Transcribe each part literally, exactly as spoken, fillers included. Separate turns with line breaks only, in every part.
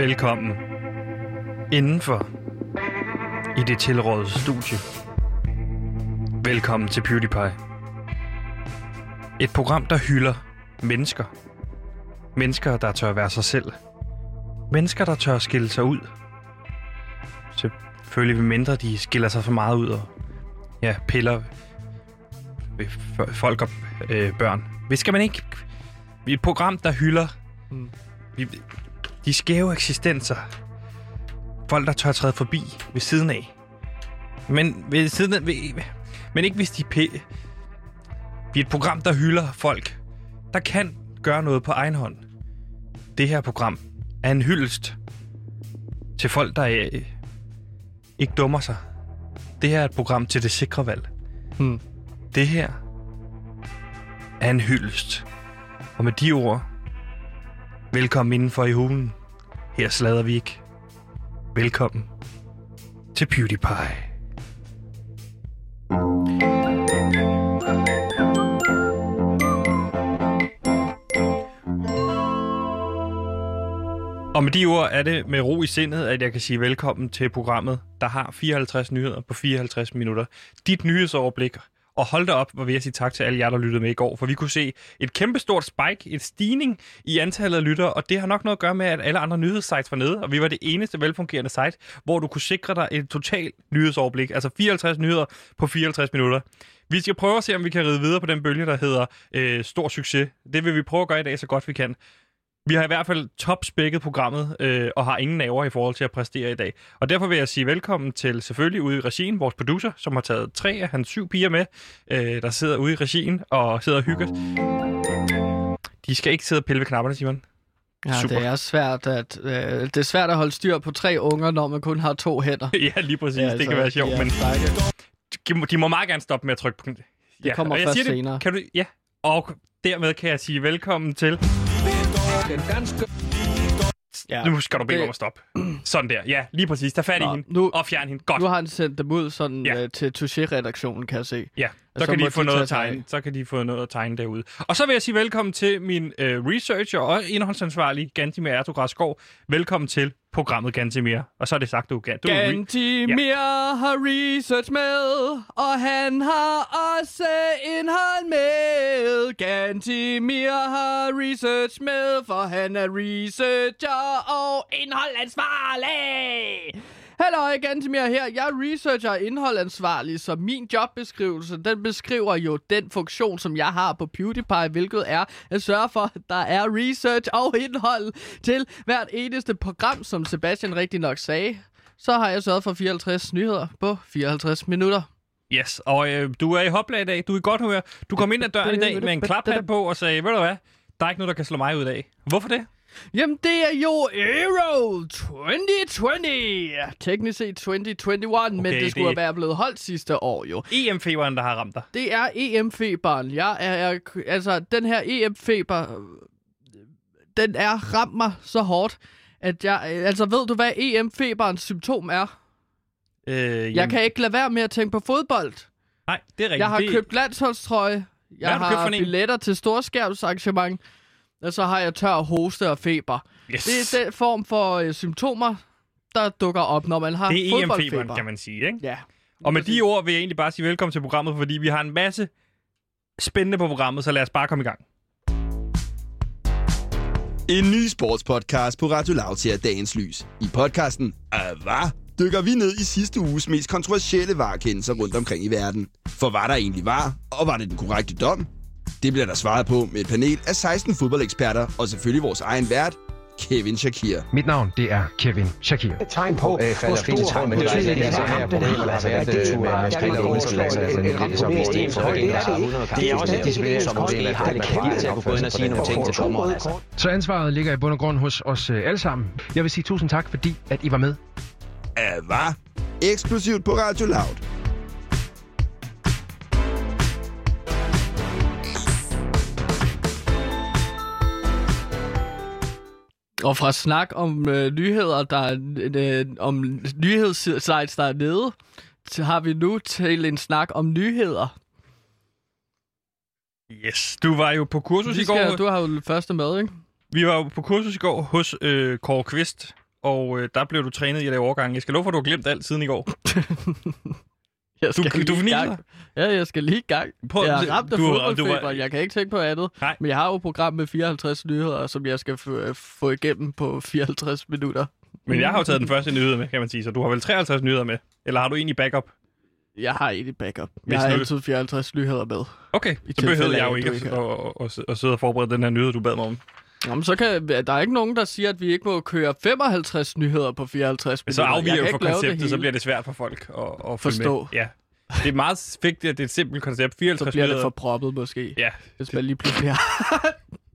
Velkommen indenfor i det tilrådede studie. Velkommen til PewDiePie. Et program, der hylder mennesker. Mennesker, der tør være sig selv. Mennesker, der tør skille sig ud. Selvfølgelig mindre de skiller sig for meget ud og ja, piller ved folk og øh, børn. Hvis skal man ikke... Vi er et program, der hylder mm. vi, de skæve eksistenser. Folk, der tør træde forbi ved siden af. Men ved siden af... Ved, men ikke hvis de p... Vi er et program, der hylder folk, der kan gøre noget på egen hånd. Det her program er en hyldest til folk, der er, ikke dummer sig. Det her er et program til det sikre valg. Hmm. Det her er en hyldest. Og med de ord, velkommen indenfor i hulen. Her slader vi ikke. Velkommen til PewDiePie. Og med de ord er det med ro i sindet, at jeg kan sige velkommen til programmet, der har fireoghalvtreds nyheder på fireoghalvtreds minutter. Dit nyhedsoverblik. Og hold da op, hvor vil jeg sige tak til alle jer, der lyttede med i går, for vi kunne se et kæmpestort spike, et stigning i antallet af lyttere, og det har nok noget at gøre med, at alle andre nyhedssites var nede, og vi var det eneste velfungerende site, hvor du kunne sikre dig et totalt nyhedsoverblik, altså fireoghalvtreds nyheder på fireoghalvtreds minutter. Vi skal prøve at se, om vi kan ride videre på den bølge, der hedder øh, stor succes. Det vil vi prøve at gøre i dag, så godt vi kan. Vi har i hvert fald topspækket programmet, øh, og har ingen naver i forhold til at præstere i dag. Og derfor vil jeg sige velkommen til selvfølgelig ude i regien, vores producer, som har taget tre af hans syv piger med, øh, der sidder ude i regien og sidder og hygger. De skal ikke sidde og pille ved knapperne, Simon.
Ja, super. Det er svært at øh, det er svært at holde styr på tre unger, når man kun har to hænder.
Ja, lige præcis. Ja, altså, det kan være sjovt, men de må, de må meget gerne stoppe med at trykke på den. Ja.
Det kommer først senere.
Det, kan du, ja, og dermed kan jeg sige velkommen til... Den danske... Ja, nu skal du bede det... om at stoppe. Sådan der. Ja, lige præcis. Tag fat i hende nu, og fjern hende. Godt.
Nu har han sendt dem ud sådan, ja. øh, til Touché-redaktionen, kan jeg se.
Ja, så, så kan de få noget at tegne. Så kan de få noget at tegne derude. Og så vil jeg sige velkommen til min øh, researcher og indholdsansvarlig, Gantimir Ertugras-Skov. Velkommen til programmet, Gantimir. Og så er det sagt, du kan.
Gantimir ja. har research med, og han har også indhold med. Gantimir har research med, for han er researcher og indholdansvarlig. Hallo, Gantimir her. Jeg er researcher og indholdansvarlig, så min jobbeskrivelse, den beskriver jo den funktion, som jeg har på PewDiePie, hvilket er at sørge for, at der er research og indhold til hvert eneste program, som Sebastian rigtig nok sagde. Så har jeg sørget for fireoghalvtreds nyheder på fireoghalvtreds minutter.
Yes, og øh, du er i hopla i dag. Du er i godt humør. Du kom ind ad døren i dag med en klaphat på og sagde, ved du hvad, der er ikke noget, der kan slå mig ud af. Hvorfor det?
Jamen, det er jo Euro tyve tyve. Teknisk set tyve enogtyve, okay, men det skulle det... være blevet holdt sidste år jo.
E M-feberen, der har ramt dig.
Det er E M-feberen. Jeg er, er, altså, den her E M-feber, den er ramt mig så hårdt, at jeg... Altså, ved du, hvad E M-feberens symptom er? Øh, jeg jamen... kan ikke lade være med at tænke på fodbold.
Nej, det er rigtigt.
Jeg har
det...
købt landsholdstrøje. Jeg har, har billetter til storskærmsarrangement. Og så har jeg tør, hoste og feber. Yes. Det er den form for øh, symptomer, der dukker op, når man har fodboldfeber.
Det er E M-feberen, kan man sige, ikke?
Ja.
Og med de ord vil jeg egentlig bare sige velkommen til programmet, fordi vi har en masse spændende på programmet, så lad os bare komme i gang.
En ny sportspodcast på Radio Loud ser dagens lys. I podcasten Hvad? Dykker vi ned i sidste uges mest kontroversielle varekendelser rundt omkring i verden. For hvad der egentlig var, og var det den korrekte dom? Det bliver der svaret på med et panel af seksten fodboldeksperter, og selvfølgelig vores egen vært, Kevin Shakir.
Mit navn, det er Kevin Shakir.
Et tegn på, øh, hvor stor tegn, men det er ikke så her på det altså at det med spiller og udskillelse, altså det er så mest en for det er også et disciplin, som måske har det kæmpe til at gå ind og sige nogle ting til dommeren. Altså.
Så ansvaret ligger i bund og grund hos os øh, alle sammen. Jeg vil sige tusind tak, fordi at I var med.
Hvad? Eksplosivt på Radio Loud.
Og fra snak om øh, nyheder, der er, øh, om nyhedssites, der er nede, så har vi nu til en snak om nyheder.
Yes, du var jo på kursus
skal,
i går.
Du har jo første med, ikke?
Vi var jo på kursus i går hos øh, Kåre Kvist, og øh, der blev du trænet i at lave overgange. Jeg skal love for, at du har glemt alt siden i går.
Jeg skal
Du-
lige
du er
i
forniser.
gang. Ja, jeg skal lige i gang.
Prøv-
jeg er ramt af
du- du
fodboldfeber.
var-
Jeg kan ikke tænke på andet.
Nej.
Men jeg har jo et program med fireoghalvtreds nyheder, som jeg skal f- få igennem på fireoghalvtreds minutter.
Men jeg har jo taget den første nyhed med, kan man sige, så du har vel treoghalvtreds nyheder med? Eller har du en i backup?
Jeg har egentlig backup.
Hvis
Jeg har
nu-
altid fireoghalvtreds nyheder med.
Okay, så
tilfælde
behøvede
af,
jeg jo
at
ikke
du ikke
at, at, at, at sidde og forberede den her nyhed, du bad mig om.
Jamen, så kan, der er ikke nogen, der siger, at vi ikke må køre femoghalvtreds nyheder på fireoghalvtreds
Men så
minutter.
afviger
Jeg
jo
kan
fra
ikke lave det
konceptet, så
hele.
bliver det svært for folk at, at
Forstå.
Med. Ja. Det er meget vigtigt, at det er et simpelt koncept.
Så
fireoghalvtreds
bliver det
nyheder.
for proppet måske.
Ja.
Hvis man lige pludselig har...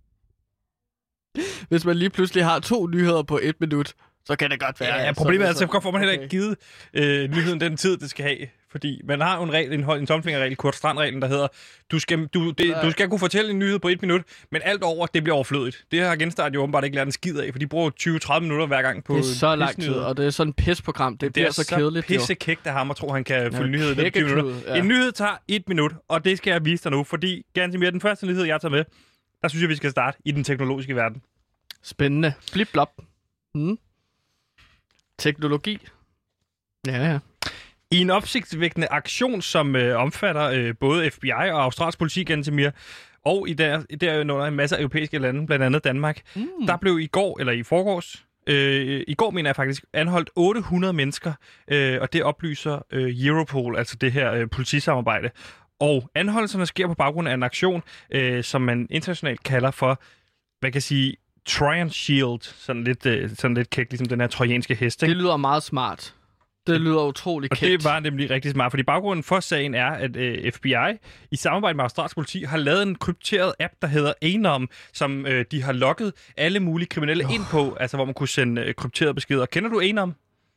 Hvis man lige pludselig har to nyheder på et minut, så kan det godt være.
Ja, ja,
at
problemet er,
så-
at så godt får man heller ikke
okay.
givet øh, nyheden den tid, det skal have. Fordi man har jo en regel, en, hold- en tomfingerregel, Kurt Strand-reglen, der hedder, du skal, du, det, du skal kunne fortælle en nyhed på et minut, men alt over, det bliver overflødigt. Det har Genstart jo åbenbart ikke lært en skid af, for de bruger tyve til tredive minutter hver gang på
Det er så lang tid,
pisnyheder.
og det er sådan et pisprogram. Det,
Det
bliver
er
så kedeligt.
så pissekægt af ham at tro, han kan følge
Ja,
nyheder i den tyve minutter.
kækkeklud, ja.
En nyhed tager et minut, og det skal jeg vise dig nu, fordi ganske mere den første nyhed, jeg tager med, der synes jeg, vi skal starte i den teknologiske verden.
Spændende. Blip blop. Hmm. Teknologi. Ja, ja.
I en opsigtsvækkende aktion, som øh, omfatter øh, både F B I og australsk politi, Gantemir, og i der, derunder en masse europæiske lande, blandt andet Danmark, mm. der blev i går, eller i forgårs, øh, i går mener jeg faktisk, anholdt otte hundrede mennesker, øh, og det oplyser øh, Europol, altså det her øh, politisamarbejde. Og anholdelserne sker på baggrund af en aktion, øh, som man internationalt kalder for, hvad kan jeg sige, Trojan Shield, sådan lidt, øh, sådan lidt kægt, ligesom den her trojanske hest, ikke?
Det lyder meget smart. Det lyder utroligt
Og
kægt.
det var nemlig rigtig smart, fordi baggrunden for sagen er, at øh, F B I i samarbejde med australsk politi har lavet en krypteret app, der hedder Anom, som øh, de har logget alle mulige kriminelle oh. ind på, altså hvor man kunne sende øh, krypterede beskeder. Kender du Anom?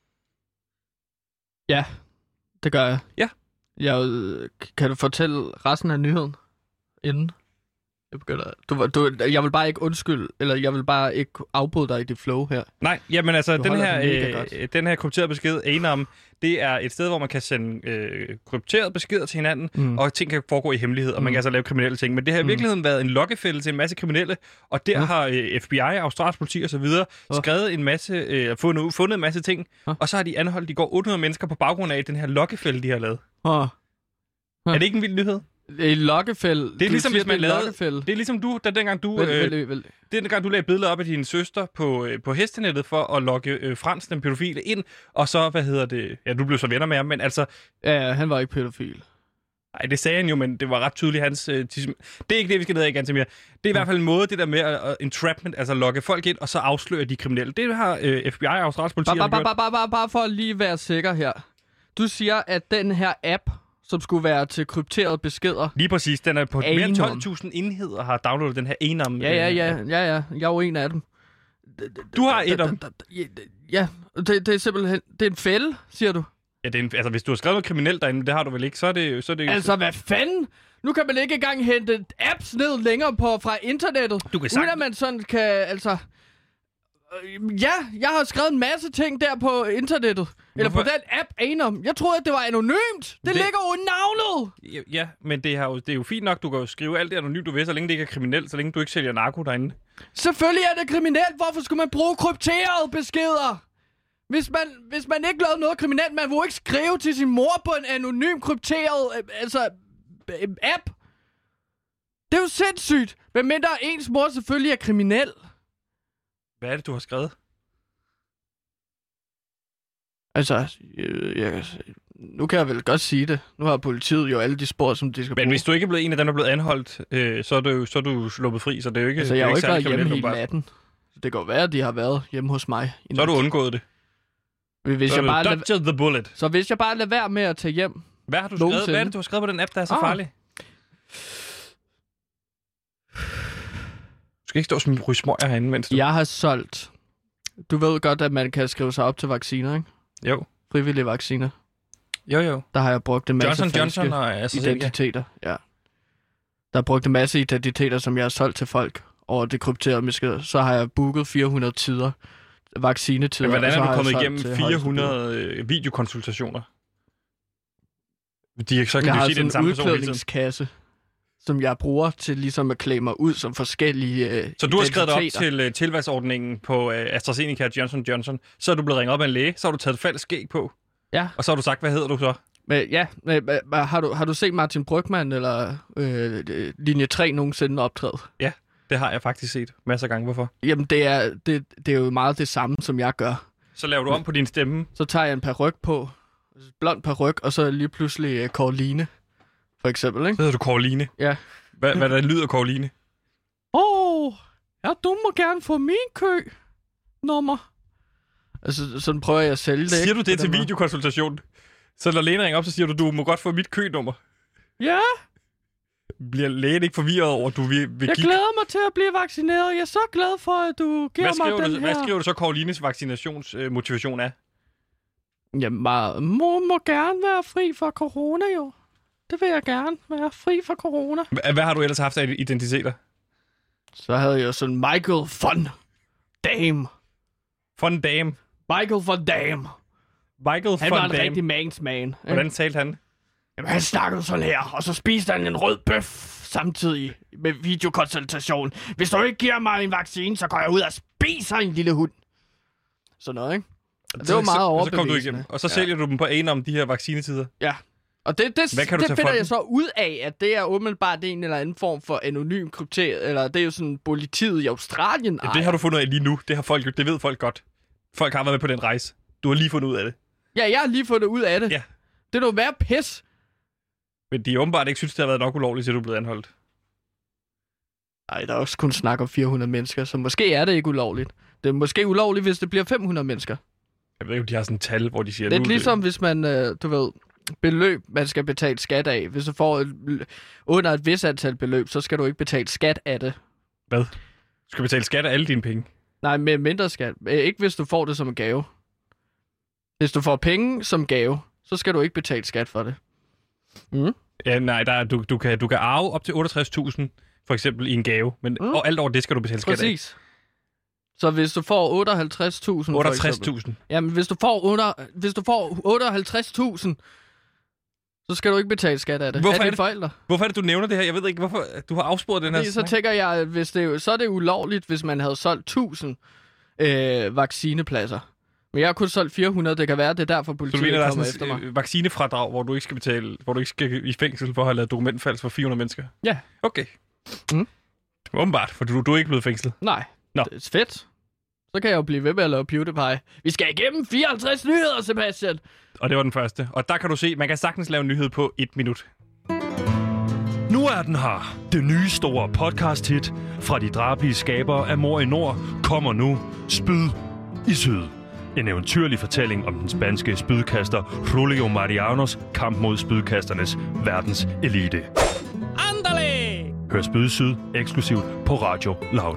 Ja, det gør jeg.
Ja.
Jeg, øh, kan du fortælle resten af nyheden inden? Jeg begynder. Du, du, jeg vil bare ikke undskylde, eller jeg vil bare ikke afbryde dig i det flow her.
Nej, jamen altså,
Du
den
holder
her,
den mega
øh,
godt.
den her krypterede besked, Anom, det er et sted, hvor man kan sende øh, krypterede beskeder til hinanden, mm. og ting kan foregå i hemmelighed, og man kan altså lave kriminelle ting. Men det har i virkeligheden mm. været en lokkefælde til en masse kriminelle, og der ja. har øh, F B I, australsk politi og så videre ja. skrevet en masse, øh, fundet, fundet en masse ting, ja. og så har de anholdt de går otte hundrede mennesker på baggrund af den her lokkefælde, de har lavet.
Oh.
Ja. Er det ikke en vild nyhed?
I lokkefælde.
Det er ligesom,
siger,
hvis man
det er
lavede... Det er ligesom du, da dengang du...
Vel,
øh,
vel, vel.
dengang du lagde billeder op af din søster på, øh, på hestenettet for at lokke øh, Frans, den pædofile, ind, og så, hvad hedder det... Ja, du blev så venner med ham, men altså...
Ja, han var ikke pædofil.
Nej, det sagde han jo, men det var ret tydeligt hans... Øh, tism... Det er ikke det, vi skal ned af igen til mere. Det er i hvert fald en måde, det der med at, at entrapment, altså lokke folk ind, og så afsløre de kriminelle. Det har øh, F B I og australsk politi
Bare, bare,
gjort.
bare, bare, bare, bare for at lige være sikker her. Du siger, at den her app, som skulle være til krypterede beskeder...
Lige præcis. Den er på
Anom.
mere end tolv tusind enheder har downloadet den her Anom.
Ja, ja, ja, ja, ja. Jeg er jo en af dem.
Du har et om.
Ja, det, det er simpelthen... Det er en fælde, siger du.
Ja, det er en, altså, hvis du har skrevet noget kriminelt derinde, det har du vel ikke, så er det... Så er det
Altså, hvad fanden? Nu kan man ikke engang hente apps ned længere på fra internettet.
Du kan
uden
sagt...
at man sådan kan, altså... Øh, Ja, jeg har skrevet en masse ting der på internettet. Eller på
Hvorfor?
den app, Anom. Jeg troede, at det var anonymt. Det, det... ligger jo i navnet.
Ja, ja, men det, har jo, det er jo fint nok, du kan jo skrive alt det anonymt, du vil, så længe det ikke er kriminelt, så længe du ikke sælger narko derinde.
Selvfølgelig er det kriminelt. Hvorfor skulle man bruge krypterede beskeder? Hvis man, hvis man ikke lavede noget kriminelt, man vil jo ikke skrive til sin mor på en anonym krypteret øh, altså, øh, app. Det er jo sindssygt. Men mindre ens mor selvfølgelig er kriminel.
Hvad er det, du har skrevet?
Altså, øh, jeg, nu kan jeg vel godt sige det. Nu har politiet jo alle de spor, som de skal
Men
bruge.
hvis du ikke er blevet en af dem, der er blevet anholdt, øh, så, er du, så er du sluppet fri, så det er jo ikke...
Altså,
det
jeg
er
har jo ikke
særlig
været hjemme
kriminelt,
hele
åbenbart.
natten. Så det kan jo være, at de har været hjemme hos mig. i
Så har du
nat.
undgået det.
Hvis
så
jeg bare
du
lad...
dodged the bullet.
Så hvis jeg bare lader være med at tage hjem...
Hvad har du skrevet?
Nogensinde.
Hvad er det, du har skrevet på den app, der er så
Ah.
farlig? Du skal ikke stå som ryge smøger herinde, mens du...
Jeg har solgt... Du ved godt, at man kan skrive sig op til vacciner, ikke?
Jo.
Frivillige vacciner.
Jo, jo.
Der har jeg brugt en masse
Johnson
falske
Johnson og AstraZeneca.
identiteter. Ja. Der har brugt en masse identiteter, som jeg har solgt til folk over det krypterede beskeder. Så har jeg booket fire hundrede tider, vaccinetider.
Men hvordan
og så
er
har
du
jeg
kommet
solgt
igennem
til
fire hundrede øh, videokonsultationer? De, så kan
jeg
du
har
sige, det er den
sådan
samme
en
person hele tiden.
udklædningskasse, som jeg bruger til ligesom at klæde mig ud som forskellige øh,
Så du har skrevet op til uh, tilvalgsordningen på uh, AstraZeneca Johnson Johnson, så er du blevet ringet op af en læge, så har du taget et falsk skæg på,
ja.
Og så har du sagt, hvad hedder du så?
Men, ja, men, har, du, har du set Martin Brygmann eller øh, linje tre nogensinde optræde?
Ja, det har jeg faktisk set masser af gange. Hvorfor?
Jamen, det er, det, det er jo meget det samme, som jeg gør.
Så laver du om på din stemme?
Så tager jeg en paryk på, blond paryk, og så lige pludselig uh, Coraline, for eksempel, ikke?
Så hedder du Coraline?
Ja.
Hvad, hvad der lyder Coraline?
Åh, oh, ja, du må gerne få min kø-nummer. Altså, sådan prøver jeg at sælge det.
Siger
ikke?
du det til videokonsultation? Så når lægen ringer op, så siger du, du må godt få mit kø-nummer.
Ja.
Bliver lægen ikke forvirret over, at du vil, vil
Jeg
give...
glæder mig til at blive vaccineret. Jeg er så glad for, at du giver
hvad
mig den
du,
her.
Hvad skriver du så, Coralines vaccinationsmotivation øh, er?
Jamen, må, må gerne være fri for corona, jo. Det vil jeg gerne. Være fri for corona.
H- hvad har du ellers haft af identiteter?
Så havde jeg sådan Michael von Dame.
Von Dame.
Michael von Dame.
Michael
Han
von
var en
Dame.
rigtig man's man.
Hvordan talte han?
Jamen, han snakkede sådan her, og så spiste han en rød bøf samtidig med videokonsultation. Hvis du ikke giver mig en vaccine, så går jeg ud og spiser en lille hund. Sådan noget, ikke? Og det var meget overbevisende.
Så kom du igennem. Og så
ja.
sælger du dem på en om de her vaccinetider.
Ja. Og det, det,
Hvad kan du
det
tage
finder
for
jeg
den?
så ud af, at det er umiddelbart en eller anden form for anonym krypteret, eller det er jo sådan politiet i Australien.
Ja, det har du fundet ud af lige nu. Det har folk jo, det ved folk godt. Folk har været med på den rejse. Du har lige fundet ud af det.
Ja, jeg har lige fundet ud af det.
Ja.
Det er noget værd pis.
Men de åbenbart ikke synes, det har været nok ulovligt, til du er blevet anholdt.
Nej, der er også kun snak om fire hundrede mennesker, så måske er det ikke ulovligt. Det er måske ulovligt, hvis det bliver fem hundrede mennesker.
Jeg ved ikke, om de har sådan et tal, hvor de siger...
Det er
nu,
ligesom, hvis man, øh, du ved, beløb, man skal betale skat af. Hvis du får et, under et vis antal beløb, så skal du ikke betale skat af det.
Hvad? Du skal betale skat af alle dine penge.
Nej, med mindre skat. Øh, Ikke hvis du får det som en gave. Hvis du får penge som gave, så skal du ikke betale skat for det. Mm.
Ja, nej, der er, du, du, kan, du kan arve op til otteogtres tusind, for eksempel, i en gave. Men mm. og alt over det skal du betale skat
Præcis. Så hvis du får otteoghalvtreds tusind...
af. otteogtres tusind.
Jamen, hvis du får, under, hvis du får otteoghalvtreds tusind, så skal du ikke betale skat af det.
Hvorfor
af
er
dine
det-
forældre.
Hvorfor er det, du nævner det her? Jeg ved ikke, hvorfor du har afsporet den her...
Fordi så
snak.
tænker jeg, at hvis det, så er det ulovligt, hvis man havde solgt tusind øh, vaccinepladser. Men jeg har kun solgt fire hundrede. Det kan være, det er derfor
Så du
politiet
mener, der er
kommer
sådan
efter mig.
et øh, vaccinefradrag, hvor du ikke skal betale, hvor du ikke skal i fængsel for at have lavet dokumentfalsk for fire hundrede mennesker?
Ja.
Okay.
Mm.
Åbenbart, for du, du er ikke blevet fængslet.
Nej,
Nå.
det er fedt. Så kan jeg jo blive ved med at lave PewDiePie. Vi skal igennem fireoghalvtreds nyheder, Sebastian.
Og det var den første. Og der kan du se, man kan sagtens lave en nyhed på et minut.
Nu er den her. Det nye store podcast-hit fra de drabelige skabere af Mord i Nord kommer nu. Spyd i Syd. En eventyrlig fortælling om den spanske spydkaster Julio Marianos kamp mod spydkasternes verdens elite.
Andale!
Hør Spyd i Syd eksklusivt på Radio Loud.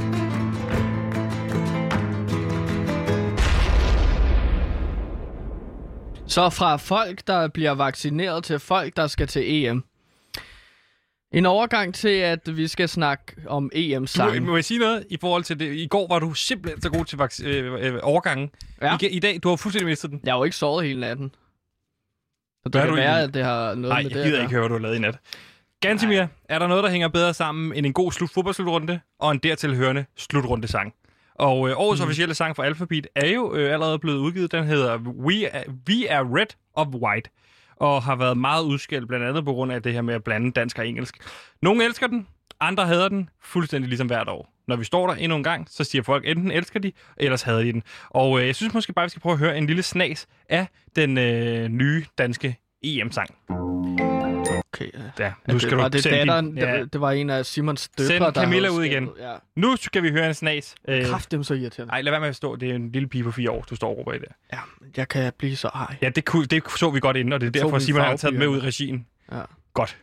Så fra folk, der bliver vaccineret, til folk, der skal til E M. En overgang til, at vi skal snakke om E
Du,
M-sang.
må jeg sige noget i forhold til det? I går var du simpelthen så god til vac- øh, øh, overgangen.
Ja.
I, I dag, du har fuldstændig mistet den.
Jeg har jo ikke sovet hele natten. Så det
Hvad har
kan
du
være,
egentlig-
at det har noget
Nej,
med
jeg
det
gider
at
ikke
gøre.
høre, hvad du har lavet i nat. Gantimir, er der noget, der hænger bedre sammen end en god slut fodboldslutrunde og en dertilhørende slutrundesang? Og øh, årets mm. officielle sang for Alphabet er jo øh, allerede blevet udgivet. Den hedder We Are, We Are Red of White, og har været meget udskældt, blandt andet på grund af det her med at blande dansk og engelsk. Nogle elsker den, andre hader den, fuldstændig ligesom hvert år. Når vi står der endnu en gang, så siger folk, enten elsker de, ellers hader de den. Og øh, jeg synes måske bare, vi skal prøve at høre en lille snas af den øh, nye danske E M-sang.
Okay, ja.
Ja, nu
det,
skal
var
du
det,
sende
datteren,
din,
det,
ja,
var- det var en af Simons døtre,
Send
der
Camilla
havde
ud igen.
skrevet- Ja.
Nu skal vi høre en snas. Øh,
Kraft dem så irriterende.
Ej, lad være med at stå. Det er en lille pige på fire år, du står og råber i der.
Ja, jeg kan blive så ej.
Ja, det, kunne, det så vi godt inden, og det er
Så
derfor,
vi
Simon har taget med
farvepiger.
ud i regien.
Ja.
Godt.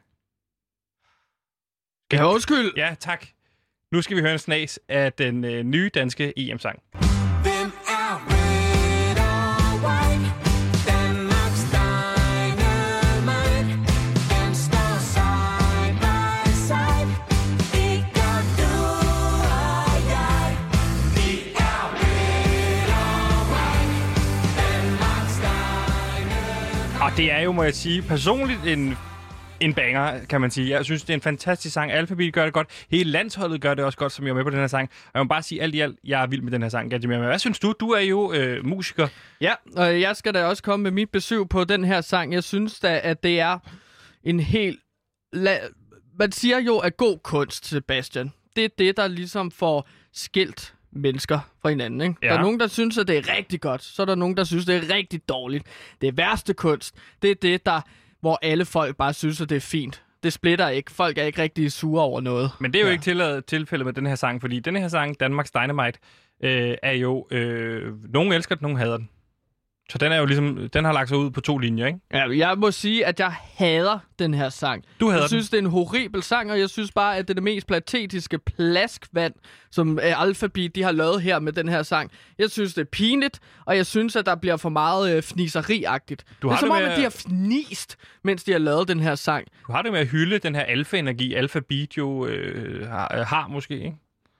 Ja, undskyld.
Ja, tak. Nu skal vi høre en snas af den øh, nye danske E M-sang.
Hvem er red og white? Danmarks dynamite. Den står side by side. Det gør du og jeg. Vi er red og white. Danmarks dynamite.
Og det er jo, må jeg sige, personligt en en banger, kan man sige. Jeg synes, det er en fantastisk sang. Alphabet gør det godt. Hele landsholdet gør det også godt, som jeg er med på den her sang. Og jeg må bare sige alt i alt, jeg er vild med den her sang, Gantemir. Men hvad synes du? Du er jo øh, musiker.
Ja, og jeg skal da også komme med mit besøg på den her sang. Jeg synes da, at det er en helt... La- Man siger jo, at god kunst, Sebastian, det er det, der ligesom får skilt mennesker fra hinanden. Ikke?
Ja.
Der er nogen, der synes, at det er rigtig godt. Så er der nogen, der synes, det er rigtig dårligt. Det værste kunst, det er det, der, hvor alle folk bare synes, at det er fint. Det splitter ikke. Folk er ikke rigtig sure over noget.
Men det er jo
Ja.
ikke tilladet tilfældet med den her sang, fordi den her sang, Danmarks Dynamite, øh, er jo... Øh, nogen elsker den, nogen hader den. Så den er jo ligesom... Den har lagt sig ud på to linjer, ikke?
Ja, jeg må sige, at jeg hader den her sang.
Du hader
Jeg synes, det er en horribel sang, og jeg synes bare, at det er det mest patetiske plaskvand, som uh, Alphabet de har lavet her med den her sang. Jeg synes, det er pinligt, og jeg synes, at der bliver for meget uh, fniseriagtigt.
Du
Det
har
er som
det
om,
med-
at de har fnist, mens de har lavet den her sang.
Du har det med at hylde den her alfa-energi, Alphabet jo øh, har, har måske, ikke?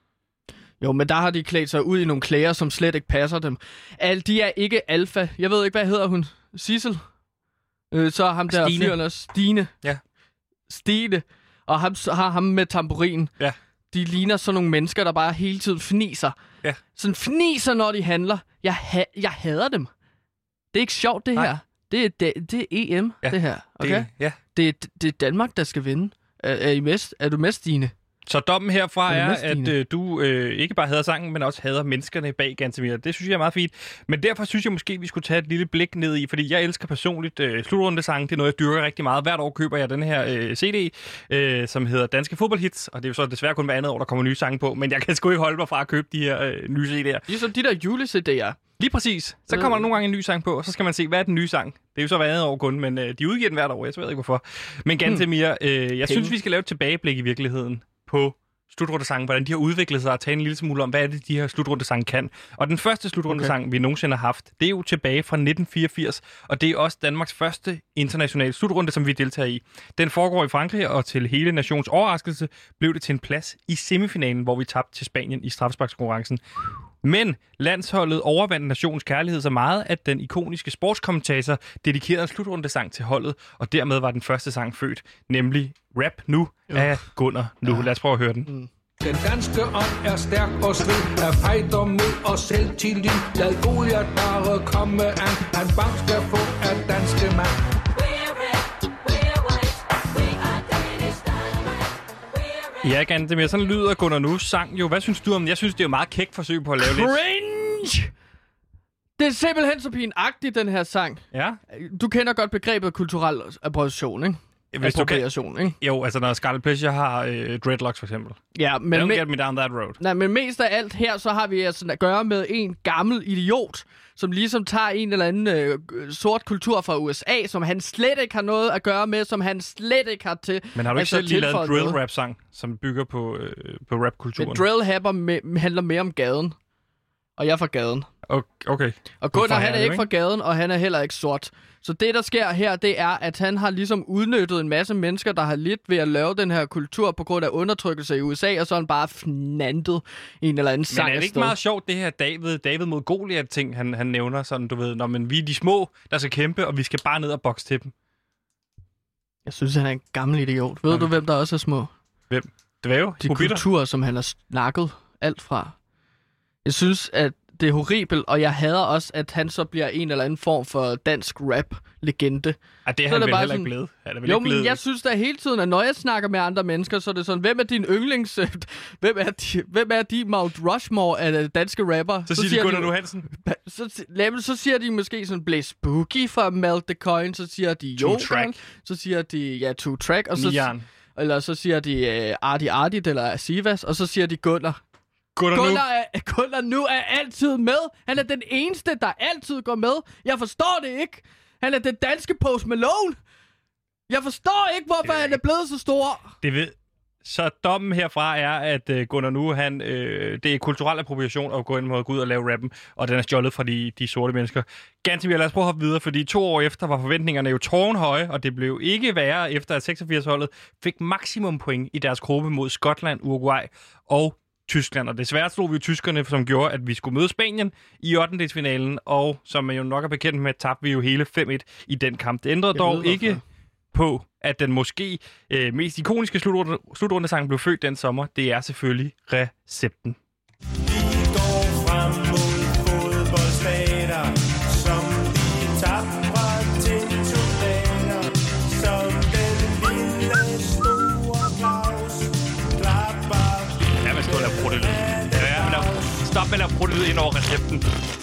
Jo, men der har de klædt sig ud i nogle klæder, som slet ikke passer dem. Al, de er ikke alfa. Jeg ved ikke, hvad hedder hun? Sissel? Øh, så er ham der
Stine.
fyren også. Stine.
Ja.
Stine. Og ham, så har ham med tamburin.
Ja.
De ligner sådan nogle mennesker, der bare hele tiden fniser.
Ja.
Sådan fniser, når de handler. Jeg, ha- jeg hader dem. Det er ikke sjovt, det
Nej.
her. Det er, det, det er E M,
Ja,
det her. Okay?
Det, ja.
Det, er, det er Danmark, der skal vinde. Er, er, I med, er du med, Stine?
Så dommen herfra
Er
er,
du med,
at
Stine?
øh, du øh, ikke bare hader sangen, men også hader menneskerne bag Gantemir. Det synes jeg er meget fint. Men derfor synes jeg måske, vi skulle tage et lille blik ned i, fordi jeg elsker personligt øh, slutrundesange. Det er noget, jeg dyrker rigtig meget. Hvert år køber jeg den her øh, C D, øh, som hedder Danske Fodboldhits, og det er jo så desværre kun hver andet år, der kommer nye sange på, men jeg kan sgu ikke holde mig fra at købe de her øh, nye C D'er.
Ligesom de der jule-C D'er.
Lige præcis. Så
Øh.
kommer der nogle gange en ny sang på, og så skal man se, hvad er den nye sang. Det er jo så hver andet år kun, men øh, de udgiver den hvert år. Jeg ved ikke hvorfor. Men Gantemir, øh, jeg synes, vi skal lave et tilbageblik i virkeligheden på slutrundesange, hvordan de har udviklet sig og tale en lille smule om, hvad er det, de her slutrundesange kan. Og den første slutrundesang, okay. vi nogensinde har haft, det er jo tilbage fra nitten fireogfirs, og det er også Danmarks første internationale slutrunde, som vi deltager i. Den foregår i Frankrig, og til hele nations overraskelse blev det til en plads i semifinalen, hvor vi tabte til Spanien i straffesparkskonkurrencen. Men landsholdet overvandt nationens kærlighed så meget, at den ikoniske sportskommentator dedikerede en slutrundesang til holdet, og dermed var den første sang født, nemlig Rap Nu af Gunnar Nu. Ja. Lad os prøve at høre den. Mm.
Den danske ånd er stærk og strid, er fighter mod og selvtillid. Lad Goliath bare komme an, han bank skal få af danske mand.
Ja, Gantemir, sådan lyder Gunnar Nus sang jo. Hvad synes du om den? Jeg synes, det er jo meget kækt forsøg på at lave lidt.
Cringe! Det er simpelthen så pinagtigt, den her sang.
Ja.
Du kender godt begrebet kulturel appropriation, ikke?
Hvis du kan...
Appropriation, ikke?
Jo, altså når Scarlet Pleasure har øh, dreadlocks for eksempel.
Ja, men,
Don't
me-
get me down that road.
nej, men mest af alt her, så har vi altså at gøre med en gammel idiot, som ligesom tager en eller anden øh, sort kultur fra U S A, som han slet ikke har noget at gøre med, som han slet ikke har til.
Men har du ikke
altså,
selv lige lavet en
tilføjet noget?
drill-rap-sang, som bygger på, øh, på rap-kulturen?
Men drill happer me- handler mere om gaden. Og jeg er fra gaden.
Okay.
Og Gunnar,
fra
han er
Herlev,
ikke fra
ikke?
gaden, og han er heller ikke sort. Så det, der sker her, det er, at han har ligesom udnyttet en masse mennesker, der har lidt ved at lave den her kultur på grund af undertrykkelse i U S A, og så har han bare fnandet en eller anden sang
Men er det ikke
afsted.
meget sjovt, det her David, David mod Goliath-ting, han, han nævner sådan, du ved, når men vi er de små, der skal kæmpe, og vi skal bare ned og bokse til dem.
Jeg synes, han er en gammel idiot. Ved
Okay.
du, hvem der også er små?
Hvem? Dvæve?
De
Hobitter?
kulturer, som han har snakket alt fra. Jeg synes, at det er horribelt, og jeg hader også, at han så bliver en eller anden form for dansk rap-legende.
Ej, det er
Så
han
er det
vel
bare
heller ikke
sådan-
blevet. Han er vel
Jo,
ikke
men
blevet...
jeg synes da hele tiden, at når jeg snakker med andre mennesker, så er det sådan, hvem er din yndlings... hvem, er de, hvem er de Mount Rushmore af danske rapper?
Så siger de Gunnar Nu Hansen.
Så, så, så siger de måske sådan Blaze Boogie fra Melt the Coin, så siger de
Two
Jogan,
Track.
så siger de, ja, Two Track, og så,
Nian.
eller så siger de uh, Arti Artit eller Sivas, og så siger de Gunnar.
Gunnar Nu.
Gunnar, er, Gunnar Nu er altid med. Han er den eneste, der altid går med. Jeg forstår det ikke. Han er den danske Post Malone. Jeg forstår ikke, hvorfor han er blevet så stor.
Det ved... Så dommen herfra er, at uh, Gunnar Nu, han, øh, det er kulturel appropriation at gå ind og gå ud og lave rappen, og den er stjålet fra de, de sorte mennesker. Gantemir, lad os prøve at hoppe videre, fordi to år efter var forventningerne jo tårnhøje, og det blev ikke værre efter, at seksogfirs-holdet fik maksimum point i deres gruppe mod Skotland, Uruguay og Tyskland. Og desværre slog vi jo tyskerne, som gjorde, at vi skulle møde Spanien i ottendedelsfinalen, og som man jo nok er bekendt med, tabte vi jo hele fem et i den kamp. Det ændrede
Jeg
dog
ved,
ikke...
hvorfor.
på, at den måske øh, mest ikoniske slutrunde, slutrundesang blev født den sommer. Det er selvfølgelig Recepten.
Vi går frem mod fodboldstater, som de tapre til soldater, som den lille store Claus klapper.
Ja, man skal jo lave brudtelyd. Ja, men lave, stop med at lave brudtelyd ind over Recepten.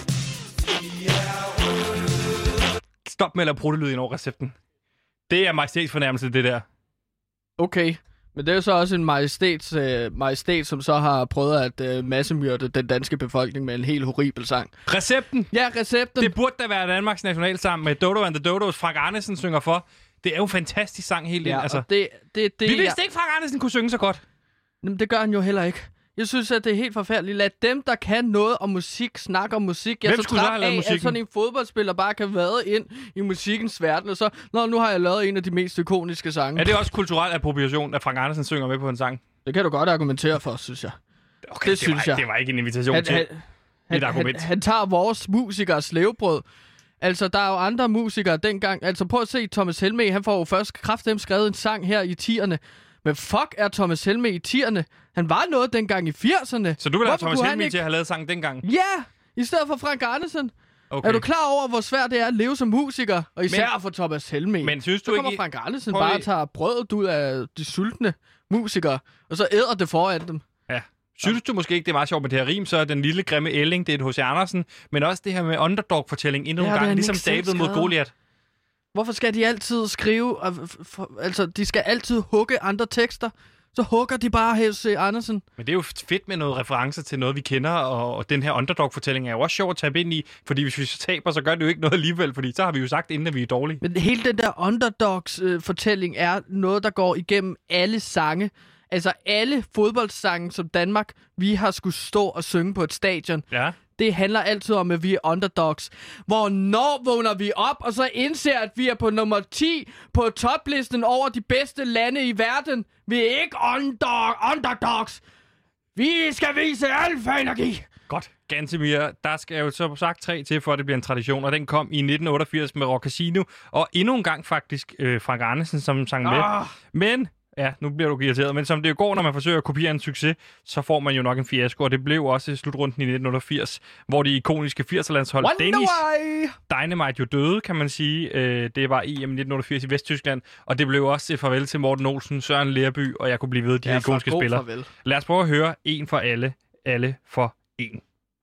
Stop med at lave brudtelyd ind over Recepten. Det er majestætsfornærmelse, det der.
Okay, men det er jo så også en majestæts, øh, majestæt, som så har prøvet at øh, massemyrde den danske befolkning med en helt horribel sang.
Recepten!
Ja, Recepten.
Det burde da være Danmarks nationalsang med Dodo and the Dodos. Frank Arnesen synger for. Det er jo en fantastisk sang helt
ja,
ind. Altså.
det, det, det,
Vi vidste ikke, Frank Arnesen kunne synge så godt.
Jamen, det gør han jo heller ikke. Jeg synes, at det er helt forfærdeligt. Lad dem, der kan noget om musik, snakke om musik. Jeg
Hvem
er så
skulle så
træt
have lavet
af,
musikken?
at sådan en fodboldspiller bare kan vade ind i musikkens verden, og så, nå, nu har jeg lavet en af de mest ikoniske sange.
Er det også kulturel appropriation, at Frank Arnesen synger med på en sang?
Det kan du godt argumentere for, synes jeg.
Okay,
det,
det
synes
var,
jeg.
Det var ikke en invitation
Han,
til
han,
et argument.
Han, han tager vores musikers levebrød. Altså, der er jo andre musikere dengang. Altså, prøv at se, Thomas Helmig, han får jo først kraftedeme skrevet en sang her i tierne. Men fuck er Thomas Helmig i tierne? Han var noget dengang i firserne.
Så du vil have
Hvorfor
Thomas
kunne
Helmig
han
til at have lavet sangen dengang?
Ja, i stedet for Frank Arnesen.
Okay.
Er du klar over, hvor svært det er at leve som musiker? Og især men, for Thomas Helmig.
Men synes du
så kommer
ikke...
Frank Arnesen
Prøv
bare
lige-
og tager brødet ud af de sultne musikere, og så æder det foran dem.
Ja. Synes du måske ikke, det er meget sjovt med det her rim, så er den lille grimme ælling, det er et H C Andersen, men også det her med underdog-fortælling endnu
Det
en
har
gang,
han
ligesom
ikke selv
David mod
skrevet.
Goliat.
Hvorfor skal de altid skrive... og f- f- altså, de skal altid hugge andre tekster. Så hugger de bare H C Andersen.
Men det er jo fedt med noget referencer til noget, vi kender, og, og den her underdog-fortælling er jo også sjov at tabe ind i, fordi hvis vi så taber, så gør det jo ikke noget alligevel, fordi så har vi jo sagt, inden at vi er dårlige.
Men hele den der underdogs-fortælling øh, er noget, der går igennem alle sange. Altså alle fodboldsange, som Danmark, vi har skulle stå og synge på et stadion.
Ja.
Det handler altid om, at vi er underdogs. Hvornår vågner vi op, og så indser, at vi er på nummer ti på toplisten over de bedste lande i verden. Vi er ikke underdog, underdogs. Vi skal vise alfa-energi.
Godt. Gantemir, der skal jo så sagt tre til, for at det bliver en tradition, og den kom i nitten otteogfirs med Rock Casino, og endnu en gang faktisk øh, Frank Arnesen, som sang med.
Ah.
Men, ja, nu bliver du irriteret, men som det jo går, når man forsøger at kopiere en succes, så får man jo nok en fiasko, og det blev også slutrunden i nitten otteogfirs, hvor de ikoniske firser-landshold
Wonder
Danish
why.
Dynamite jo døde, kan man sige. Øh, det var E M nitten otteogfirs i Vesttyskland, og det blev også et farvel til Morten Olsen, Søren Lerby, og jeg kunne blive ved de
Ja,
ikoniske
for god
spillere.
farvel.
Lad os prøve at høre en for alle, alle for en.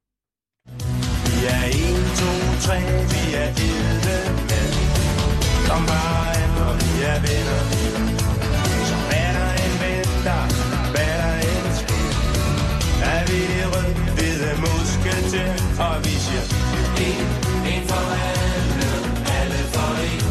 Vi er en, to, tre, vi er elleve mænd. Kom bare an, og vi er venner. Så er der en ven, der hvad der end sker. Er vi rød, hvide musketer, og vi siger en, en for alle, alle for en.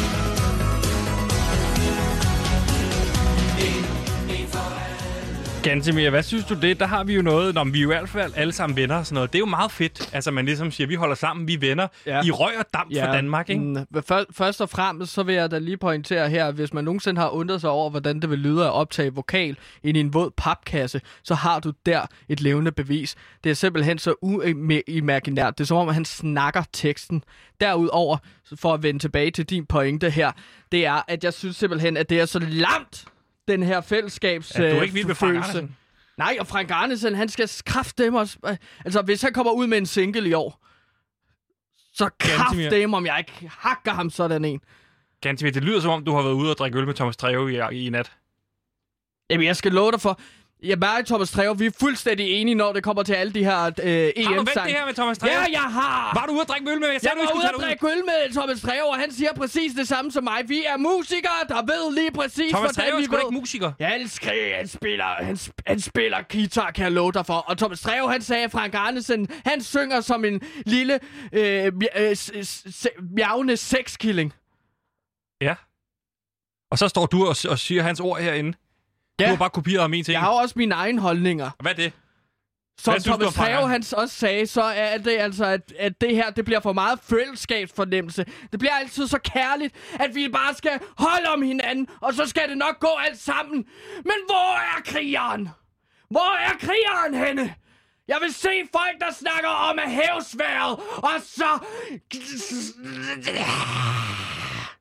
En, en for alle.
Gantemir, hvad synes du det? Der har vi jo noget, når vi er jo i hvert fald alle sammen venner og sådan noget. Det er jo meget fedt, altså man ligesom siger, vi holder sammen, vi er venner.
Ja.
I røg og damp for Danmark, ikke?
Mm, før- først og fremmest, så vil jeg da lige pointere her, at hvis man nogensinde har undret sig over, hvordan det vil lyde at optage vokal ind i en våd papkasse, så har du der et levende bevis. Det er simpelthen så uimaginært. Det er som om, at han snakker teksten. Derudover, for at vende tilbage til din pointe her, det er, at jeg synes simpelthen, at det er så langt, den her fællesskabs
Ja, du er ikke vild med Frank
følelse.
Arnesen?
Nej, og Frank Arnesen, han skal kraftedeme os. Altså, hvis han kommer ud med en single i år, så kraftedeme, om jeg ikke hakker ham sådan en.
Gantemir, det lyder som om, du har været ude og drikke øl med Thomas Treve i, i nat.
Jamen, jeg skal love dig for... Ja, mig og Thomas Treve, vi er fuldstændig enige, når det kommer til alle de her øh, E M-sange.
Har du vendt det her med Thomas Treve?
Ja, jeg har!
Var du ude at drikke øl med? Jeg,
Jeg
sagde, du
var
ikke
ude
skulle
at
tage
drikke øl med Thomas Treve, og han siger præcis det samme som mig. Vi er musikere, der ved lige præcis,
Thomas
hvordan
Treve er
vi
sgu da
ved.
ikke musiker.
Ja, han, skrev, han, spiller, han, sp- han spiller guitar, kan jeg love dig for. Og Thomas Treve, han sagde, at Frank Arnesen, han synger som en lille øh, mj- øh, s- s- mjavne sexkilling.
Ja. Og så står du og, og siger hans ord herinde.
Ja.
Du har bare kopieret ham en ting.
Jeg har jo også mine egne holdninger.
Hvad er det?
Som
Hvad synes du
Thomas
om Frank
Treve,
Arnesen?
han også sagde, så er det altså, at, at det her, det bliver for meget fællesskabsfornemmelse. Det bliver altid så kærligt, at vi bare skal holde om hinanden, og så skal det nok gå alt sammen. Men hvor er krigeren? Hvor er krigeren henne? Jeg vil se folk, der snakker om at hæve sværet, og så...